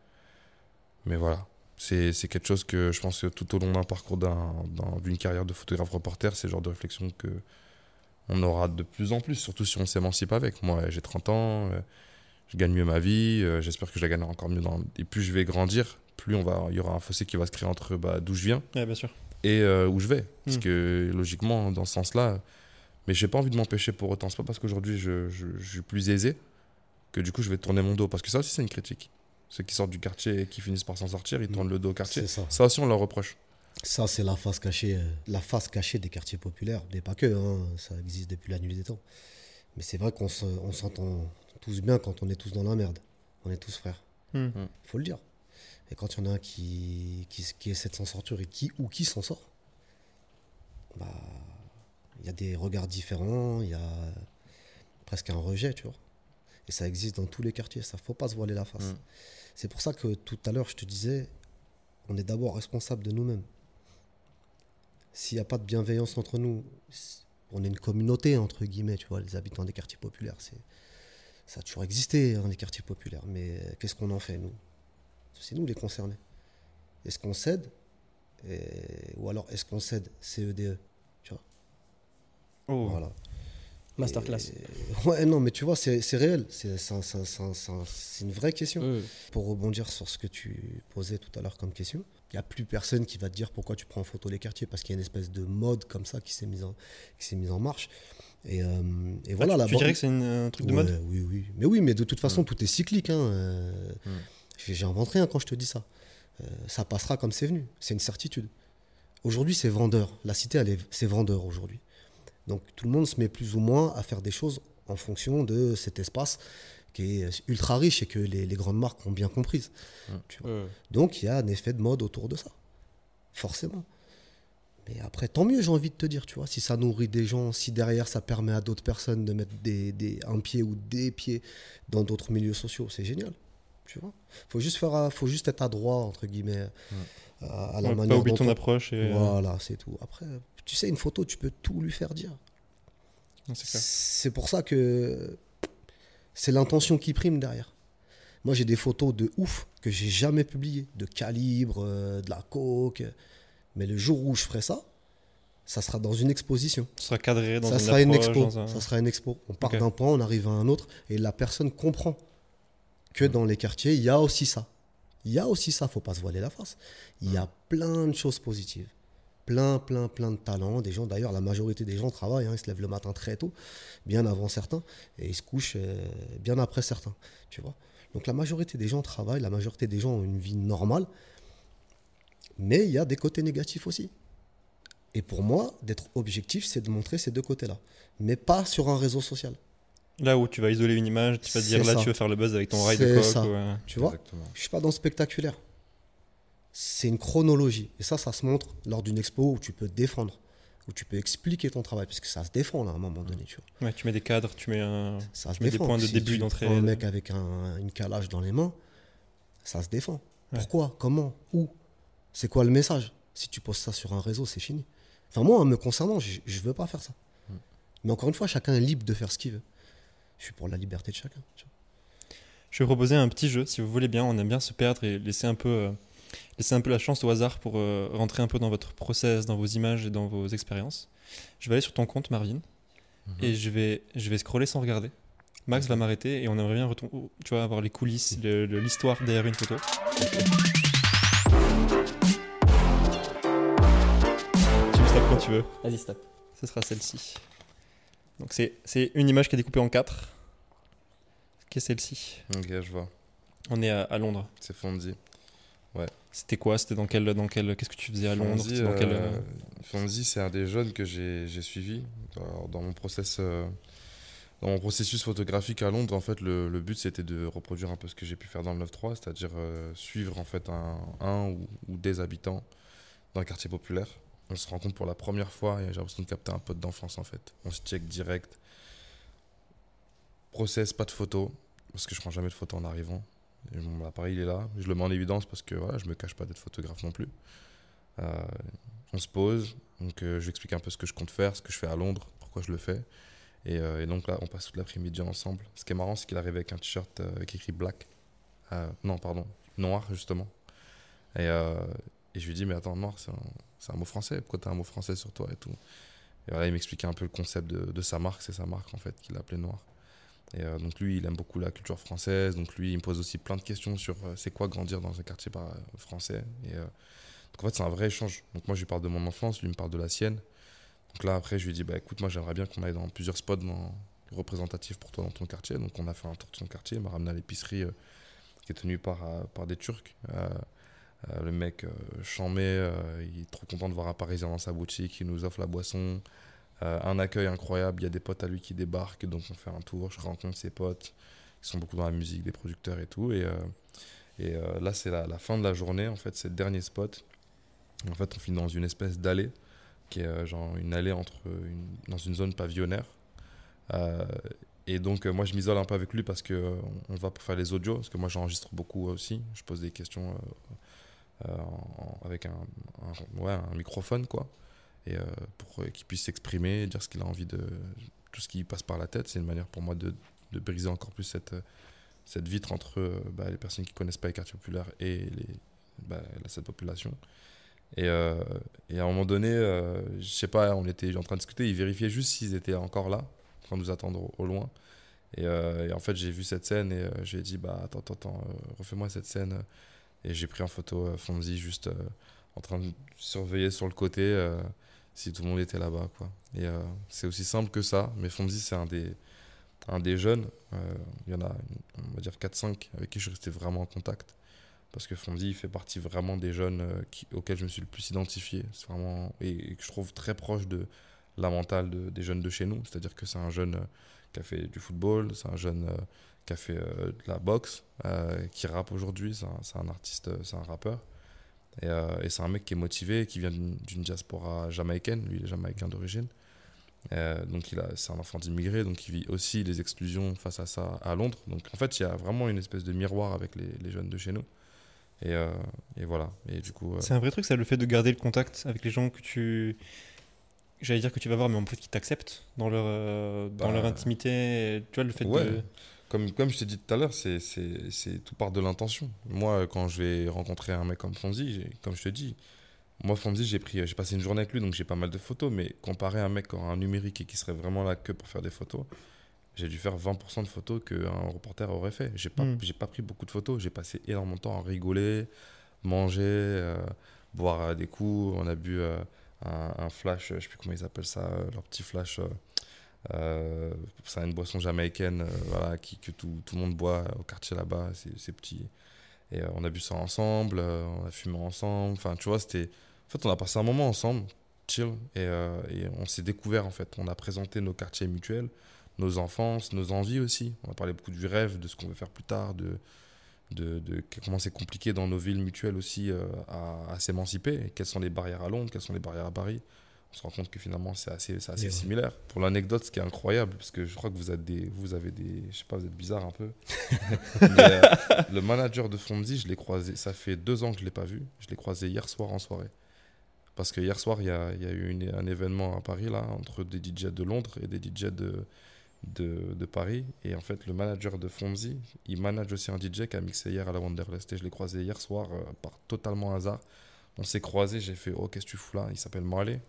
S5: voilà, c'est quelque chose que je pense que tout au long d'un parcours d'une carrière de photographe reporter, c'est le genre de réflexion qu'on aura de plus en plus, surtout si on s'émancipe avec. Moi, j'ai 30 ans, je gagne mieux ma vie, j'espère que je la gagnerai encore mieux. Et plus je vais grandir, plus il y aura un fossé qui va se créer entre d'où je viens,
S3: bien sûr,
S5: et où je vais. Parce que logiquement, dans ce sens-là, mais j'ai pas envie de m'empêcher pour autant. C'est pas parce qu'aujourd'hui je suis plus aisé que du coup je vais tourner mon dos. Parce que ça aussi, c'est une critique. Ceux qui sortent du quartier et qui finissent par s'en sortir, ils tournent le dos au quartier. Ça aussi, on leur reproche.
S6: Ça, c'est la face cachée des quartiers populaires. Mais pas que, hein, ça existe depuis la nuit des temps. Mais c'est vrai qu'on s'entend tous bien quand on est tous dans la merde. On est tous frères. Il faut le dire. Et quand il y en a un qui essaie de s'en sortir et qui s'en sort, bah, il y a des regards différents, il y a presque un rejet, tu vois. Et ça existe dans tous les quartiers, ça, faut pas se voiler la face. C'est pour ça que tout à l'heure, je te disais, on est d'abord responsable de nous-mêmes. S'il n'y a pas de bienveillance entre nous, on est une communauté, entre guillemets, tu vois, les habitants des quartiers populaires. Ça a toujours existé, hein, les quartiers populaires. Mais qu'est-ce qu'on en fait, nous? C'est nous les concernés. Est-ce qu'on cède ou alors est-ce qu'on cède CEDE, tu vois? Voilà.
S4: Masterclass.
S6: Ouais, non, mais tu vois, c'est réel. C'est une vraie question. Pour rebondir sur ce que tu posais tout à l'heure comme question, il n'y a plus personne qui va te dire pourquoi tu prends en photo les quartiers, parce qu'il y a une espèce de mode comme ça qui s'est mise en marche. Et voilà.
S3: Tu dirais que c'est un truc de mode?
S6: Oui. Mais de toute façon, tout est cyclique. Hein. J'invente rien quand je te dis ça. Ça passera comme c'est venu. C'est une certitude. Aujourd'hui, c'est vendeur. La cité, c'est vendeur aujourd'hui. Donc tout le monde se met plus ou moins à faire des choses en fonction de cet espace qui est ultra riche et que les grandes marques ont bien comprise. Tu vois. Donc il y a un effet de mode autour de ça, forcément. Mais après, tant mieux, j'ai envie de te dire, tu vois, si ça nourrit des gens, si derrière ça permet à d'autres personnes de mettre un pied ou des pieds dans d'autres milieux sociaux, c'est génial. Tu vois, faut juste être adroit, entre guillemets, à la manière
S3: pas oublier ton approche.
S6: Voilà, c'est tout. Après, tu sais, une photo, tu peux tout lui faire dire. C'est pour ça que c'est l'intention qui prime derrière. Moi, j'ai des photos de ouf que j'ai jamais publiées, de calibre, de la coke. Mais le jour où je ferai ça, ça sera dans une exposition.
S3: Ça sera cadré dans
S6: ça sera une expo.
S3: Ça
S6: sera une expo. On part d'un point, on arrive à un autre, et la personne comprend que dans les quartiers, il y a aussi ça. Il y a aussi ça, faut pas se voiler la face. Il y a plein de choses positives. Plein de talents. Des gens, d'ailleurs, la majorité des gens travaillent. Hein, ils se lèvent le matin très tôt, bien avant certains, et ils se couchent bien après certains. Tu vois. Donc la majorité des gens travaillent, la majorité des gens ont une vie normale, mais il y a des côtés négatifs aussi. Et pour moi, d'être objectif, c'est de montrer ces deux côtés-là, mais pas sur un réseau social.
S3: Là où tu vas isoler une image, tu vas dire là, tu veux faire le buzz avec ton rail de coque.
S6: Tu vois, je suis pas dans le spectaculaire. C'est une chronologie. Et ça se montre lors d'une expo où tu peux défendre, où tu peux expliquer ton travail, parce que ça se défend là, à un moment donné. Tu vois.
S3: Ouais, tu mets des cadres, tu mets
S6: des
S3: points de début, d'entrée.
S6: Tu prends un mec avec une calage dans les mains, ça se défend. Ouais. Pourquoi? Comment? Où? C'est quoi le message? Si tu poses ça sur un réseau, c'est fini. Enfin, moi, me concernant, je veux pas faire ça. Mais encore une fois, chacun est libre de faire ce qu'il veut. Je suis pour la liberté de chacun. Tu vois.
S3: Je vais proposer un petit jeu, si vous voulez bien. On aime bien se perdre et laisser un peu la chance au hasard pour rentrer un peu dans votre process, dans vos images et dans vos expériences. Je vais aller sur ton compte, Marvin, et je vais scroller sans regarder. Max va m'arrêter et on aimerait bien tu vois, avoir les coulisses, l'histoire derrière une photo. Tu me stoppes quand tu veux.
S4: Vas-y, stop.
S3: Ce sera celle-ci. Donc c'est une image qui est découpée en 4. Qu'est-ce que celle-ci?
S5: Ok, je vois.
S3: On est à Londres.
S5: C'est Fonzie. Ouais.
S3: C'était quoi? C'était dans quel qu'est-ce que tu faisais à Londres?
S5: Fonzie, c'est un des jeunes que j'ai suivi dans mon processus photographique à Londres. En fait, le but c'était de reproduire un peu ce que j'ai pu faire dans le 9-3, c'est-à-dire suivre en fait un ou des habitants dans le quartier populaire. On se rencontre pour la première fois et j'ai l'impression de capter un pote d'enfance en fait. On se check direct. Process, pas de photo, parce que je prends jamais de photo en arrivant. Et mon appareil il est là, je le mets en évidence parce que voilà, je me cache pas d'être photographe non plus. On se pose, donc je lui explique un peu ce que je compte faire, ce que je fais à Londres, pourquoi je le fais. Et donc là, on passe toute l'après-midi ensemble. Ce qui est marrant, c'est qu'il arrive avec un t-shirt avec écrit black. Noir justement. Et je lui dis, mais attends, noir, c'est un mot français, pourquoi t'as un mot français sur toi et tout. Et voilà, il m'expliquait un peu le concept de sa marque, c'est sa marque en fait, qu'il appelait Noir. Et donc lui, il aime beaucoup la culture française, donc lui, il me pose aussi plein de questions sur c'est quoi grandir dans un quartier français. Et donc en fait, c'est un vrai échange. Donc moi, je lui parle de mon enfance, lui me parle de la sienne. Donc là, après, je lui dis, bah écoute, moi, j'aimerais bien qu'on aille dans plusieurs spots représentatifs pour toi dans ton quartier. Donc on a fait un tour de son quartier, il m'a ramené à l'épicerie qui est tenue par des Turcs. Le mec chambé, il est trop content de voir un Parisien dans sa boutique, il nous offre la boisson. Un accueil incroyable, il y a des potes à lui qui débarquent, donc on fait un tour, je rencontre ses potes, qui sont beaucoup dans la musique, des producteurs et tout. Et là, c'est la fin de la journée, en fait, c'est le dernier spot. En fait, on finit dans une espèce d'allée, qui est genre une allée dans une zone pavillonnaire. Et donc, moi, je m'isole un peu avec lui parce qu'on va pour faire les audios, parce que moi, j'enregistre beaucoup aussi. Je pose des questions avec un microphone, quoi. Et pour qu'il puisse s'exprimer, dire ce qu'il a envie de... Tout ce qui passe par la tête. C'est une manière pour moi de briser encore plus cette vitre entre les personnes qui ne connaissent pas les quartiers populaires et cette population. Et à un moment donné, je sais pas, on était en train de discuter, ils vérifiaient juste s'ils étaient encore là, en train de nous attendre au loin. Et en fait, j'ai vu cette scène et je lui ai dit, attends, refais-moi cette scène. Et j'ai pris en photo Fonzi juste en train de surveiller sur le côté si tout le monde était là-bas, quoi. Et c'est aussi simple que ça, mais Fonzi, c'est un des jeunes. Il y en a, on va dire 4-5 avec qui je suis resté vraiment en contact. Parce que Fonzi, il fait partie vraiment des jeunes auxquels je me suis le plus identifié. C'est vraiment, et que je trouve très proche de la mentale des jeunes de chez nous. C'est-à-dire que c'est un jeune qui a fait du football, c'est un jeune qui a fait de la boxe, qui rappe aujourd'hui. C'est un artiste, c'est un rappeur. Et c'est un mec qui est motivé, qui vient d'une diaspora jamaïcaine. Lui, il est jamaïcain d'origine. Donc c'est un enfant d'immigré, donc il vit aussi les exclusions face à ça à Londres. Donc en fait, il y a vraiment une espèce de miroir avec les jeunes de chez nous. Et voilà. Et du coup,
S3: c'est un vrai truc, ça, le fait de garder le contact avec les gens j'allais dire que tu vas voir, mais en fait qui t'acceptent dans leur intimité. Tu vois, le fait de...
S5: Comme je t'ai dit tout à l'heure, c'est tout part de l'intention. Moi, quand je vais rencontrer un mec comme Fonzi, comme je te dis, moi, Fonzi, j'ai passé une journée avec lui, donc j'ai pas mal de photos, mais comparé à un mec qui aura un numérique et qui serait vraiment là que pour faire des photos, j'ai dû faire 20% de photos qu'un reporter aurait fait. J'ai pas pris beaucoup de photos, j'ai passé énormément de temps à rigoler, manger, boire des coups. On a bu un flash, je sais plus comment ils appellent ça, leur petit flash. C'est une boisson jamaïcaine que tout le monde boit au quartier là-bas, c'est petit. Et on a bu ça ensemble, on a fumé ensemble. Enfin, tu vois, en fait, on a passé un moment ensemble, chill, et on s'est découvert, en fait. On a présenté nos quartiers mutuels, nos enfances, nos envies aussi. On a parlé beaucoup du rêve, de ce qu'on veut faire plus tard, de comment c'est compliqué dans nos villes mutuelles aussi à s'émanciper. Et quelles sont les barrières à Londres, quelles sont les barrières à Paris. On se rend compte que finalement, c'est assez similaire. Pour l'anecdote, ce qui est incroyable, parce que je crois que vous avez des... Je sais pas, vous êtes bizarre un peu. Mais le manager de Fonzi, je l'ai croisé, ça fait 2 ans que je l'ai pas vu. Je l'ai croisé hier soir en soirée. Parce que hier soir, il y a eu un événement à Paris, là, entre des DJ de Londres et des DJ de Paris. Et en fait, le manager de Fonzi, il manage aussi un DJ qui a mixé hier à la Wanderlust. Et je l'ai croisé hier soir par totalement hasard. On s'est croisés, j'ai fait « Oh, qu'est-ce que tu fous là ?» Il s'appelle Marley.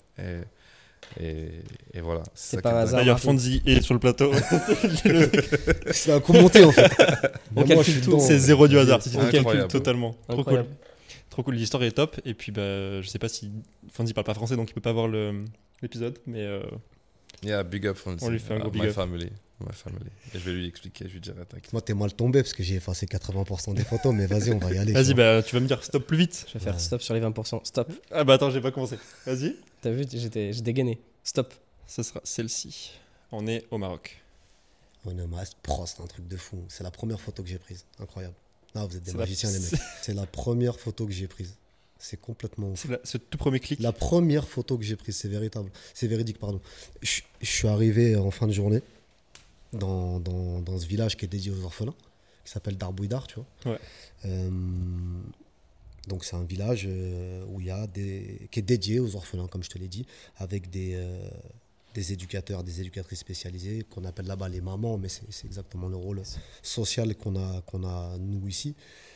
S5: Et voilà.
S4: C'est pas un hasard.
S3: D'ailleurs, Fonzi est sur le plateau.
S6: C'est un commenté en fait.
S4: On calcule tout.
S3: C'est zéro du hasard. C'est un calcul
S5: Incroyable.
S3: totalement. Trop cool.
S4: Incroyable.
S3: Trop cool. L'histoire est top. Et puis, je sais pas si Fonzi parle pas français, donc il peut pas voir l'épisode. Mais
S5: Yeah, big up Fonzi.
S3: On lui fait un gros big
S5: my
S3: up.
S5: family. Et je vais lui expliquer, je lui dirai t'inquiète.
S6: Moi, t'es mal tombé parce que j'ai effacé 80% des photos, mais vas-y, on va y aller.
S3: vas-y, tu vas me dire stop plus vite.
S4: Je vais faire stop sur les 20%. Stop.
S3: Ah bah attends, j'ai pas commencé. Vas-y.
S4: T'as vu, j'ai dégainé. Stop.
S3: Ce sera celle-ci. On est au Maroc.
S6: On est au Maroc, c'est un truc de fou. C'est la première photo que j'ai prise. Incroyable. Non, vous êtes des
S3: C'est
S6: magiciens, les mecs. C'est la première photo que j'ai prise. C'est complètement ouf.
S3: C'est ce tout premier clic.
S6: La première photo que j'ai prise, c'est véritable. C'est véridique, pardon. Je suis arrivé en fin de journée dans ce village qui est dédié aux orphelins, qui s'appelle Darbouidar, tu vois.
S3: Ouais.
S6: Donc c'est un village où qui est dédié aux orphelins, comme je te l'ai dit, avec des éducateurs, des éducatrices spécialisées, qu'on appelle là-bas les mamans, mais c'est exactement le rôle social qu'on a nous ici.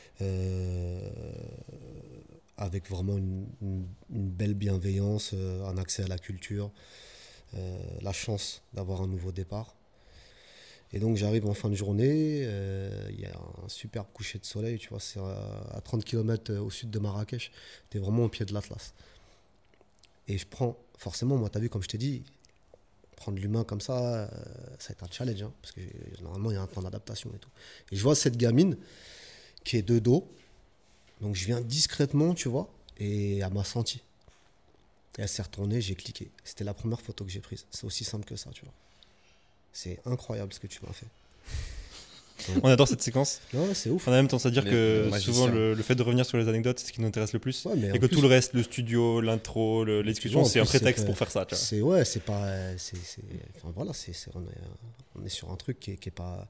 S6: Avec vraiment une belle bienveillance, un accès à la culture, la chance d'avoir un nouveau départ. Et donc j'arrive en fin de journée, il y a un superbe coucher de soleil, tu vois, c'est à 30 km au sud de Marrakech, tu es vraiment au pied de l'Atlas. Et je prends, forcément, moi, tu as vu, comme je t'ai dit, prendre l'humain comme ça va être un challenge, hein, parce que normalement, il y a un temps d'adaptation et tout. Et je vois cette gamine qui est de dos, donc je viens discrètement, tu vois, et elle m'a senti. Et elle s'est retournée, j'ai cliqué. C'était la première photo que j'ai prise. C'est aussi simple que ça, tu vois. C'est incroyable ce que tu m'as fait.
S3: On adore cette séquence.
S6: Ouais, c'est ouf.
S3: On a même tendance à dire que
S5: magiciens.
S3: souvent le fait de revenir sur les anecdotes, c'est ce qui nous intéresse le plus.
S6: Ouais, mais
S3: et
S6: en
S3: que
S6: plus,
S3: tout le reste, le studio, l'intro, les discussions,
S6: en
S3: c'est un
S6: plus,
S3: prétexte
S6: c'est
S3: pour faire ça. Tu vois.
S6: c'est pas. Enfin voilà, on est On est sur un truc qui est pas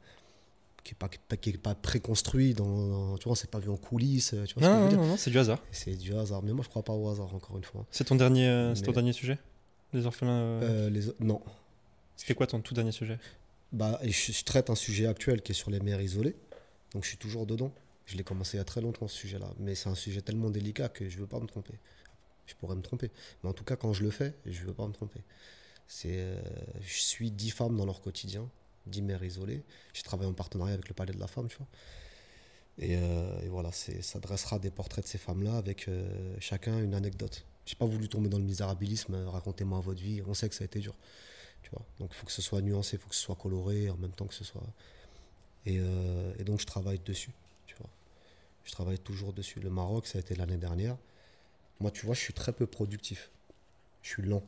S6: préconstruit tu vois, c'est pas vu en coulisses, tu vois ce que je veux dire.
S3: Non, c'est du hasard.
S6: C'est du hasard, mais moi je crois pas au hasard, encore une fois.
S3: C'est ton dernier sujet, les orphelins
S6: Non.
S3: C'était quoi ton tout dernier sujet?
S6: Je traite un sujet actuel qui est sur les mères isolées, donc je suis toujours dedans. Je l'ai commencé il y a très longtemps, ce sujet-là, mais c'est un sujet tellement délicat que je veux pas me tromper. Je pourrais me tromper, mais en tout cas quand je le fais, je veux pas me tromper. Je suis 10 femmes dans leur quotidien, 10 mères isolées. J'ai travaillé en partenariat avec le Palais de la Femme, tu vois. Et voilà, ça dressera des portraits de ces femmes-là avec chacun une anecdote. J'ai pas voulu tomber dans le misérabilisme, racontez-moi votre vie, on sait que ça a été dur. Tu vois. Donc il faut que ce soit nuancé, il faut que ce soit coloré, en même temps que ce soit... Et donc je travaille dessus, tu vois. Je travaille toujours dessus. Le Maroc, ça a été l'année dernière. Moi, tu vois, je suis très peu productif. Je suis lent.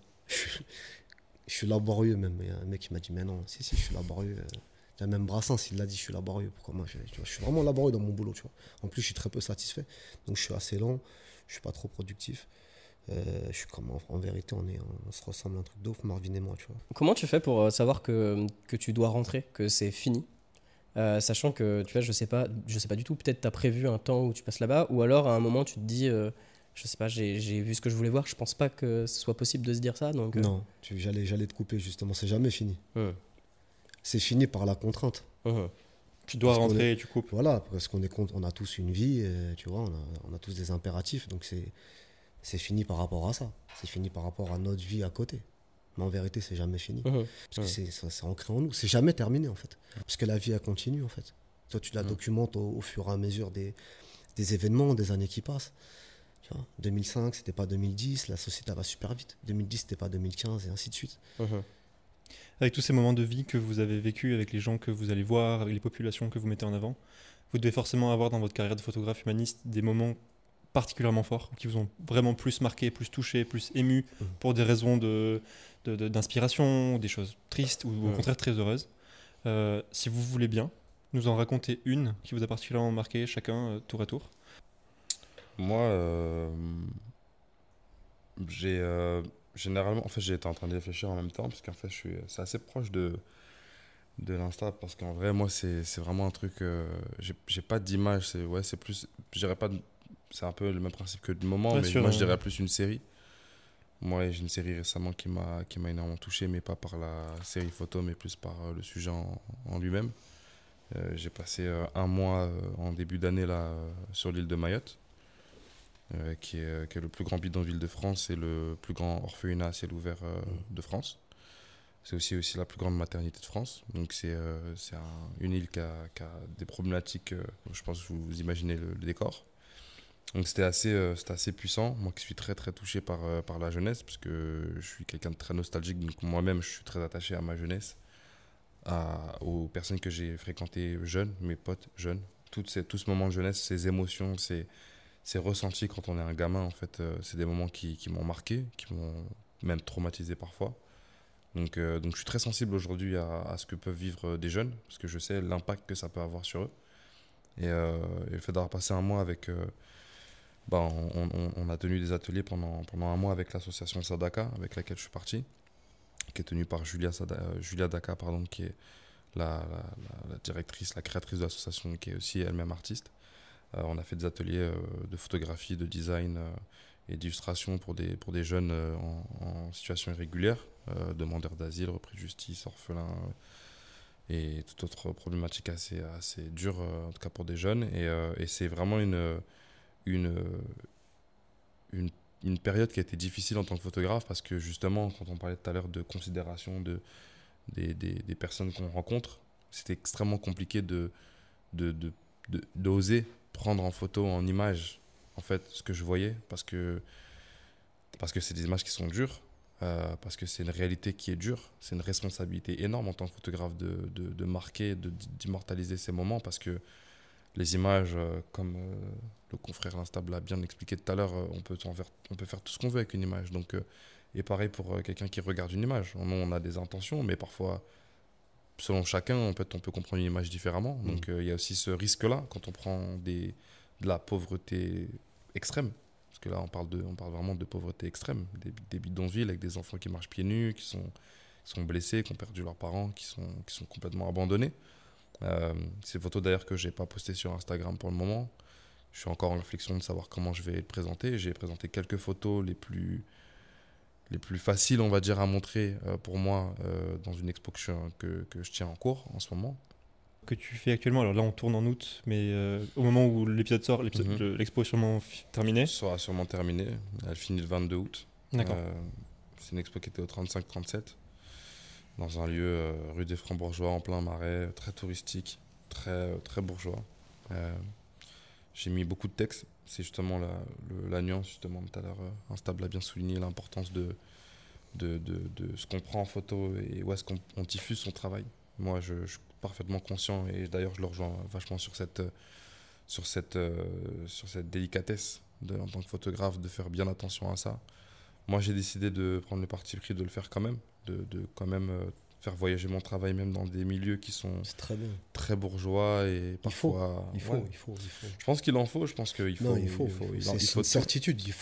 S6: Je suis laborieux même. Il y a un mec qui m'a dit, mais non, si, je suis laborieux. Il y a même Brassens, il l'a dit, je suis laborieux. Pourquoi moi, je suis vraiment laborieux dans mon boulot, tu vois. En plus, je suis très peu satisfait. Donc, je suis assez lent. Je suis pas trop productif. Je suis comme, en vérité, on se ressemble un truc de ouf, Marvin et moi, tu vois.
S4: Comment tu fais pour savoir que tu dois rentrer, que c'est fini, sachant que, tu vois, je sais pas du tout, peut-être tu as prévu un temps où tu passes là-bas, ou alors à un moment tu te dis, je sais pas, j'ai vu ce que je voulais voir, je pense pas que ce soit possible de se dire ça. Donc,
S6: Non, j'allais te couper justement, c'est jamais fini. C'est fini par la contrainte.
S3: Tu dois rentrer et tu coupes.
S6: Voilà, parce on a tous une vie, tu vois, on a tous des impératifs, donc c'est fini par rapport à ça. C'est fini par rapport à notre vie à côté. Mais en vérité, c'est jamais fini. Parce que c'est ancré en nous. C'est jamais terminé, en fait. Parce que la vie, elle continue, en fait. Toi, tu la documentes au fur et à mesure des événements, des années qui passent. Tu vois, 2005, c'était pas 2010. La société va super vite. 2010, c'était pas 2015, et ainsi de suite.
S3: Avec tous ces moments de vie que vous avez vécu, avec les gens que vous allez voir, avec les populations que vous mettez en avant, vous devez forcément avoir dans votre carrière de photographe humaniste des moments particulièrement forts, qui vous ont vraiment plus marqué, plus touché, plus ému, pour des raisons d'inspiration, des choses tristes ou au contraire très heureuses. Si vous voulez bien, nous en raconter une qui vous a particulièrement marqué, chacun, tour à tour.
S5: Moi, généralement, en fait, j'ai été en train d'y réfléchir en même temps, parce qu'en fait, c'est assez proche de l'Insta, parce qu'en vrai, moi, c'est vraiment un truc, j'ai pas d'image, c'est plus, je dirais pas, c'est un peu le même principe que du moment, mais moi, je dirais plus une série. Moi, j'ai une série récemment qui m'a énormément touché, mais pas par la série photo, mais plus par le sujet en lui-même. J'ai passé un mois en début d'année là sur l'île de Mayotte, qui est le plus grand bidonville de France et le plus grand orphelinat à ciel ouvert de France. C'est aussi la plus grande maternité de France. Donc c'est une île qui a des problématiques, je pense que vous imaginez le décor. Donc c'était assez puissant. Moi qui suis très très touché par la jeunesse, parce que je suis quelqu'un de très nostalgique, donc moi-même je suis très attaché à ma jeunesse, aux personnes que j'ai fréquentées jeunes, mes potes jeunes. Tout ce moment de jeunesse, ces émotions, ces ressentis quand on est un gamin, en fait, c'est des moments qui m'ont marqué, qui m'ont même traumatisé parfois. Donc je suis très sensible aujourd'hui à ce que peuvent vivre des jeunes, parce que je sais l'impact que ça peut avoir sur eux. Et le fait d'avoir passé un mois avec... on a tenu des ateliers pendant un mois avec l'association Sadaka, avec laquelle je suis parti, qui est tenue par Julia Daka, qui est la directrice, la créatrice de l'association, qui est aussi elle-même artiste. On a fait des ateliers de photographie, de design et d'illustration pour des jeunes en situation irrégulière, demandeurs d'asile, repris de justice, orphelins et toute autre problématique assez dure, en tout cas pour des jeunes. Et c'est vraiment une période qui a été difficile en tant que photographe, parce que justement, quand on parlait tout à l'heure de considération des personnes qu'on rencontre, c'était extrêmement compliqué d'oser prendre en photo, en image, en fait, ce que je voyais, parce que c'est des images qui sont dures, parce que c'est une réalité qui est dure, c'est une responsabilité énorme en tant que photographe de marquer, d'immortaliser ces moments, parce que les images, comme le confrère L'Instable l'a bien expliqué tout à l'heure, on peut faire tout ce qu'on veut avec une image. Donc, et pareil pour quelqu'un qui regarde une image. On a des intentions, mais parfois, selon chacun, on peut comprendre une image différemment. Donc il y a aussi ce risque-là quand on prend de la pauvreté extrême. Parce que là, on parle vraiment de pauvreté extrême. Des bidonvilles avec des enfants qui marchent pieds nus, sont blessés, qui ont perdu leurs parents, qui sont complètement abandonnés. C'est des photos d'ailleurs que je n'ai pas postées sur Instagram pour le moment. Je suis encore en réflexion de savoir comment je vais les présenter. J'ai présenté quelques photos les plus faciles, on va dire, à montrer pour moi dans une expo que je tiens en cours en ce moment.
S3: Que tu fais actuellement, alors là on tourne en août, mais au moment où l'épisode sort, l'expo est sûrement terminée.
S5: Elle sera sûrement terminée, elle finit le 22 août.
S3: D'accord.
S5: C'est une expo qui était au 35-37, dans un lieu rue des Francs-Bourgeois, en plein marais, très touristique, très, très bourgeois. J'ai mis beaucoup de textes, c'est justement la nuance, justement, tout à l'heure, Instable a bien souligné l'importance de ce qu'on prend en photo et où est-ce qu'on diffuse son travail. Moi, je suis parfaitement conscient et d'ailleurs, je le rejoins vachement sur cette délicatesse en tant que photographe, de faire bien attention à ça. Moi, j'ai décidé de prendre le parti pris de le faire quand même, de quand même faire voyager mon travail même dans des milieux qui sont
S6: très, bien.
S5: Très bourgeois et parfois...
S6: Il faut.
S5: Je pense qu'il en faut, je pense qu'il faut...
S6: Non, il faut. C'est une certitude, il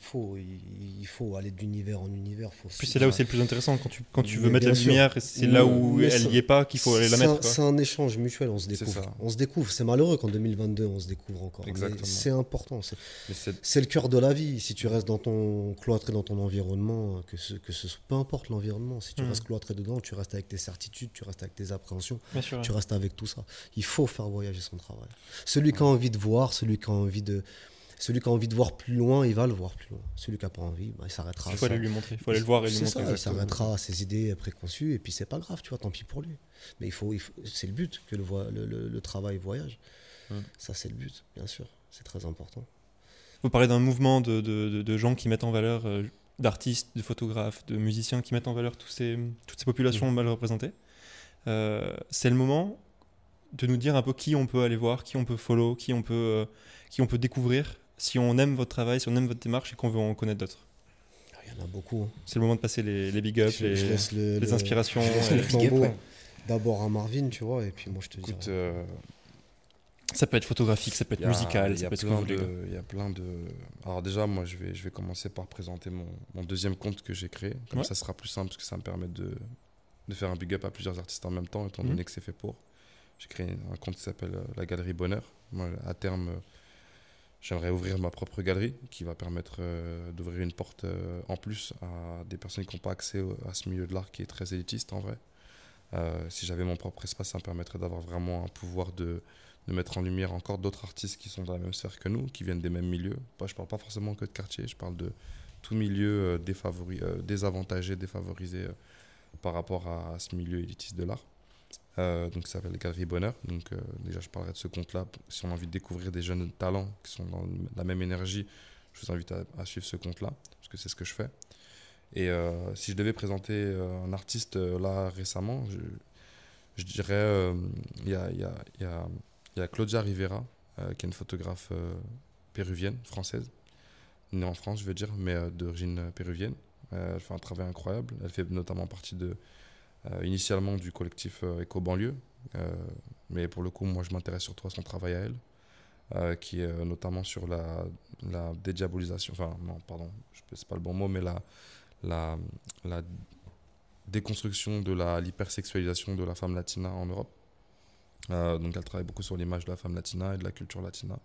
S6: faut aller d'univers en univers.
S3: Puis c'est là où c'est le plus intéressant, quand tu veux mettre la lumière, c'est là où elle n'y est pas qu'il faut aller la mettre.
S6: C'est un échange mutuel, on se découvre. On se découvre, c'est malheureux qu'en 2022 on se découvre encore.
S5: Exactement.
S6: C'est important, c'est le cœur de la vie. Si tu restes cloîtré dans ton environnement, peu importe l'environnement, si tu restes cloîtré dedans, tu restes avec tes certitudes, tu restes avec tes appréhensions, tu restes avec tout ça. Il faut faire voyager son travail. Celui qui a envie de voir, celui qui a envie de voir plus loin, il va le voir plus loin. Celui qui n'a pas envie, il s'arrêtera.
S3: Il faut aller lui montrer, il faut aller le voir et lui montrer.
S6: Il s'arrêtera à ses idées préconçues et puis c'est pas grave, tu vois, tant pis pour lui. Mais c'est le but que le travail voyage. Ça, c'est le but, bien sûr. C'est très important.
S3: Vous parlez d'un mouvement de gens qui mettent en valeur, d'artistes, de photographes, de musiciens qui mettent en valeur toutes ces populations mal représentées. C'est le moment de nous dire un peu qui on peut aller voir, qui on peut follow, qui on peut découvrir, si on aime votre travail, si on aime votre démarche et qu'on veut en connaître d'autres.
S6: Il y en a beaucoup. Hein.
S3: C'est le moment de passer les big ups, les inspirations.
S6: Je laisse le flambeau. D'abord à Marvin, tu vois, et puis moi je te dis.
S3: Ça peut être photographique, ça peut être musical, ça peut être ce que vous voulez.
S5: Il y a plein de... Alors déjà, moi, je vais commencer par présenter mon deuxième compte que j'ai créé. Comme ça sera plus simple, parce que ça me permet de faire un big up à plusieurs artistes en même temps, étant donné que c'est fait pour. J'ai créé un compte qui s'appelle La Galerie Bonheur. Moi, à terme, j'aimerais ouvrir ma propre galerie, qui va permettre d'ouvrir une porte en plus à des personnes qui n'ont pas accès à ce milieu de l'art qui est très élitiste, en vrai. Si j'avais mon propre espace, ça me permettrait d'avoir vraiment un pouvoir de mettre en lumière encore d'autres artistes qui sont dans la même sphère que nous, qui viennent des mêmes milieux. Je ne parle pas forcément que de quartier, je parle de tout milieu désavantagé, défavorisé par rapport à ce milieu élitiste de l'art. Donc ça s'appelle Galerie Bonheur. Donc déjà, je parlerai de ce compte-là. Si on a envie de découvrir des jeunes talents qui sont dans la même énergie, je vous invite à suivre ce compte-là, parce que c'est ce que je fais. Et si je devais présenter un artiste là récemment, je dirais il y a Claudia Rivera, qui est une photographe péruvienne, française, née en France, je veux dire, mais d'origine péruvienne. Elle fait un travail incroyable. Elle fait notamment partie initialement du collectif Éco-Banlieue. Mais pour le coup, moi, je m'intéresse surtout à son travail à elle, qui est notamment sur la dédiabolisation. Enfin, non, pardon, c'est pas le bon mot, mais la déconstruction de l'hypersexualisation de la femme latina en Europe. Donc elle travaille beaucoup sur l'image de la femme latina et de la culture latina.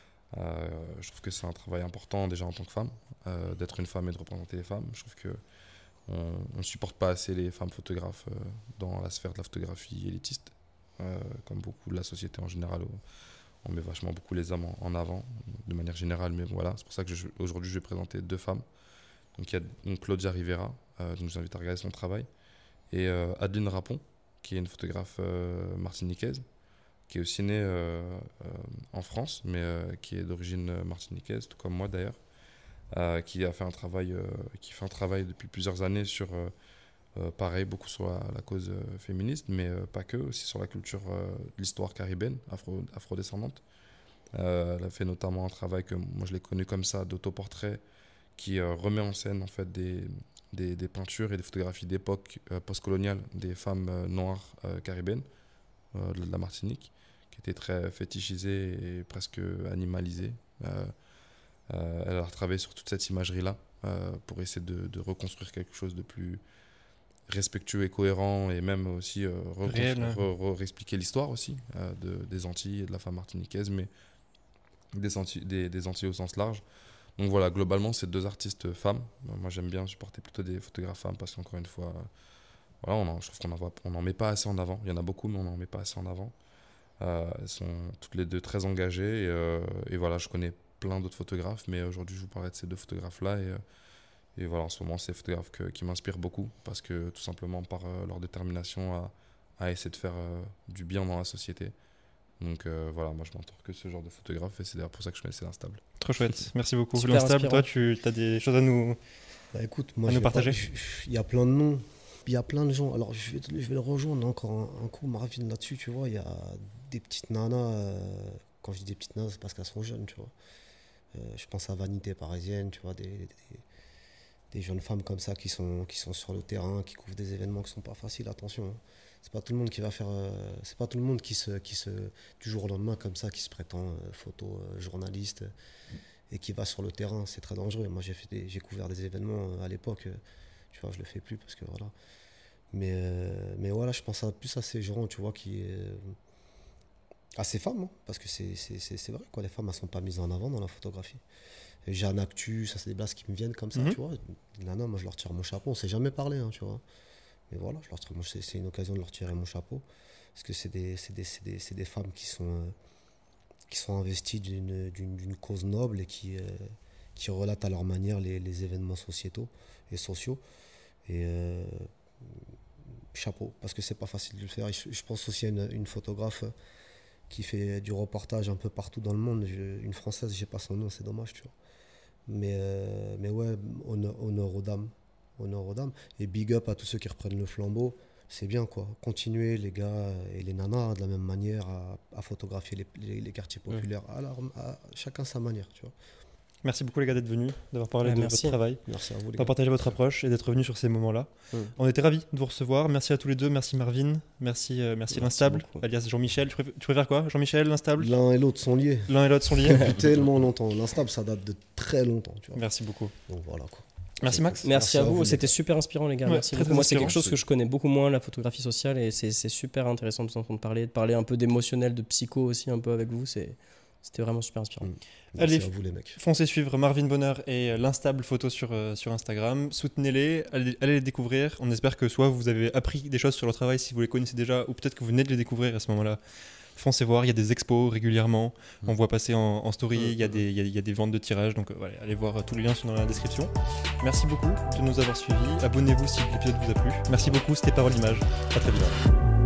S5: Je trouve que c'est un travail important déjà en tant que femme, d'être une femme et de représenter les femmes. Je trouve qu'on ne supporte pas assez les femmes photographes dans la sphère de la photographie élitiste, comme beaucoup de la société en général. On met vachement beaucoup les hommes en avant, de manière générale, mais voilà, c'est pour ça que aujourd'hui je vais présenter deux femmes. Donc il y a Claudia Rivera, donc je vous invite à regarder son travail, et Adeline Rapon, qui est une photographe martiniquaise, qui est aussi née en France, mais qui est d'origine martiniquaise, tout comme moi d'ailleurs, qui fait un travail depuis plusieurs années sur, pareil, beaucoup sur la cause féministe, mais pas que, aussi sur la culture de l'histoire caribéenne, afrodescendante. Elle a fait notamment un travail que moi je l'ai connu comme ça, d'autoportrait, qui remet en scène en fait des peintures et des photographies d'époque postcoloniale des femmes noires caribéennes de la Martinique, qui étaient très fétichisées et presque animalisées. Elle a travaillé sur toute cette imagerie-là pour essayer de reconstruire quelque chose de plus respectueux et cohérent, et même aussi
S3: Réel,
S5: réexpliquer l'histoire aussi des Antilles et de la femme martiniquaise, mais des Antilles au sens large. Donc voilà, globalement, c'est 2 artistes femmes. Moi, j'aime bien supporter plutôt des photographes femmes parce qu'encore une fois, voilà, je trouve qu'on n'en met pas assez en avant. Il y en a beaucoup, mais on n'en met pas assez en avant. Elles sont toutes les 2 très engagées et voilà, je connais plein d'autres photographes, mais aujourd'hui je vous parlerai de ces 2 photographes-là et voilà, en ce moment c'est des photographes qui m'inspirent beaucoup parce que tout simplement par leur détermination à essayer de faire du bien dans la société. Donc voilà, moi je m'entoure que ce genre de photographe et c'est d'ailleurs pour ça que je connaissais l'Instable.
S3: Trop chouette, merci beaucoup.
S4: Super
S3: L'Instable,
S4: inspirant.
S3: toi tu as des choses à nous,
S6: Écoute, moi,
S3: à nous partager?
S6: Il y a plein de noms, il y a plein de gens. Alors je vais le rejoindre encore un coup, Marvin, là-dessus, tu vois. Il y a des petites nanas, quand je dis des petites nanas, c'est parce qu'elles sont jeunes, tu vois. Je pense à Vanité Parisienne, tu vois, des jeunes femmes comme ça qui sont sur le terrain, qui couvrent des événements qui sont pas faciles, attention. Hein. C'est pas tout le monde qui va faire, c'est pas tout le monde qui du jour au lendemain comme ça, qui se prétend journaliste et qui va sur le terrain, c'est très dangereux. Moi j'ai couvert des événements à l'époque, tu vois, je le fais plus parce que voilà. Mais voilà, je pense plus à ces gens, tu vois, à ces femmes, hein, parce que c'est vrai, quoi, les femmes, elles sont pas mises en avant dans la photographie. Et Jeanne Actu, ça c'est des blagues qui me viennent comme ça, tu vois. Nana, moi je leur tire mon chapeau, on s'est jamais parlé, hein, tu vois. Mais voilà, c'est une occasion de leur tirer mon chapeau, parce que c'est des femmes qui sont investies d'une cause noble et qui relatent à leur manière les événements sociétaux et sociaux. Et chapeau, parce que c'est pas facile de le faire. Je pense aussi à une photographe qui fait du reportage un peu partout dans le monde, une française, j'ai pas son nom, c'est dommage, tu vois. Mais ouais, honneur aux dames. Et big up à tous ceux qui reprennent le flambeau, c'est bien, quoi. Continuez, les gars et les nanas, de la même manière à photographier les quartiers populaires, à chacun sa manière, tu vois.
S3: Merci beaucoup les gars d'être venus, d'avoir parlé de votre travail,
S6: merci à vous, les
S3: d'avoir
S6: gars.
S3: partagé votre approche et d'être venus sur ces moments-là. On était ravis de vous recevoir. Merci à tous les 2, merci Marvin, merci l'Instable,
S6: beaucoup.
S3: alias Jean-Michel. Tu préfères quoi, Jean-Michel, l'Instable?
S6: L'un et l'autre sont liés.
S3: L'un et l'autre sont liés.
S6: Depuis tellement longtemps. L'Instable, ça date de très longtemps, tu vois.
S3: Merci beaucoup.
S6: Donc voilà, quoi.
S3: Merci Max.
S4: Merci à vous,
S6: les
S4: c'était
S6: gars.
S4: super inspirant les gars.
S3: Ouais,
S4: Merci
S3: très,
S4: beaucoup.
S3: très
S4: Moi c'est
S3: inspirant.
S4: quelque chose que je connais beaucoup moins, la photographie sociale, et c'est super intéressant de vous entendre parler, de parler un peu d'émotionnel, de psycho aussi un peu avec vous. C'était vraiment super inspirant.
S6: Merci
S3: Allez,
S6: à vous, les mecs.
S3: Foncez suivre Marvin Bonheur et l'Instable Photo sur Instagram. Soutenez-les, allez les découvrir. On espère que soit vous avez appris des choses sur leur travail si vous les connaissez déjà, ou peut-être que vous venez de les découvrir à ce moment-là. Foncez voir, il y a des expos régulièrement. On voit passer en story, il y a des ventes de tirages. Donc voilà, allez voir, tous les liens sont dans la description. Merci beaucoup de nous avoir suivis. Abonnez-vous si l'épisode vous a plu. Merci beaucoup, c'était Parole d'Image. À très vite.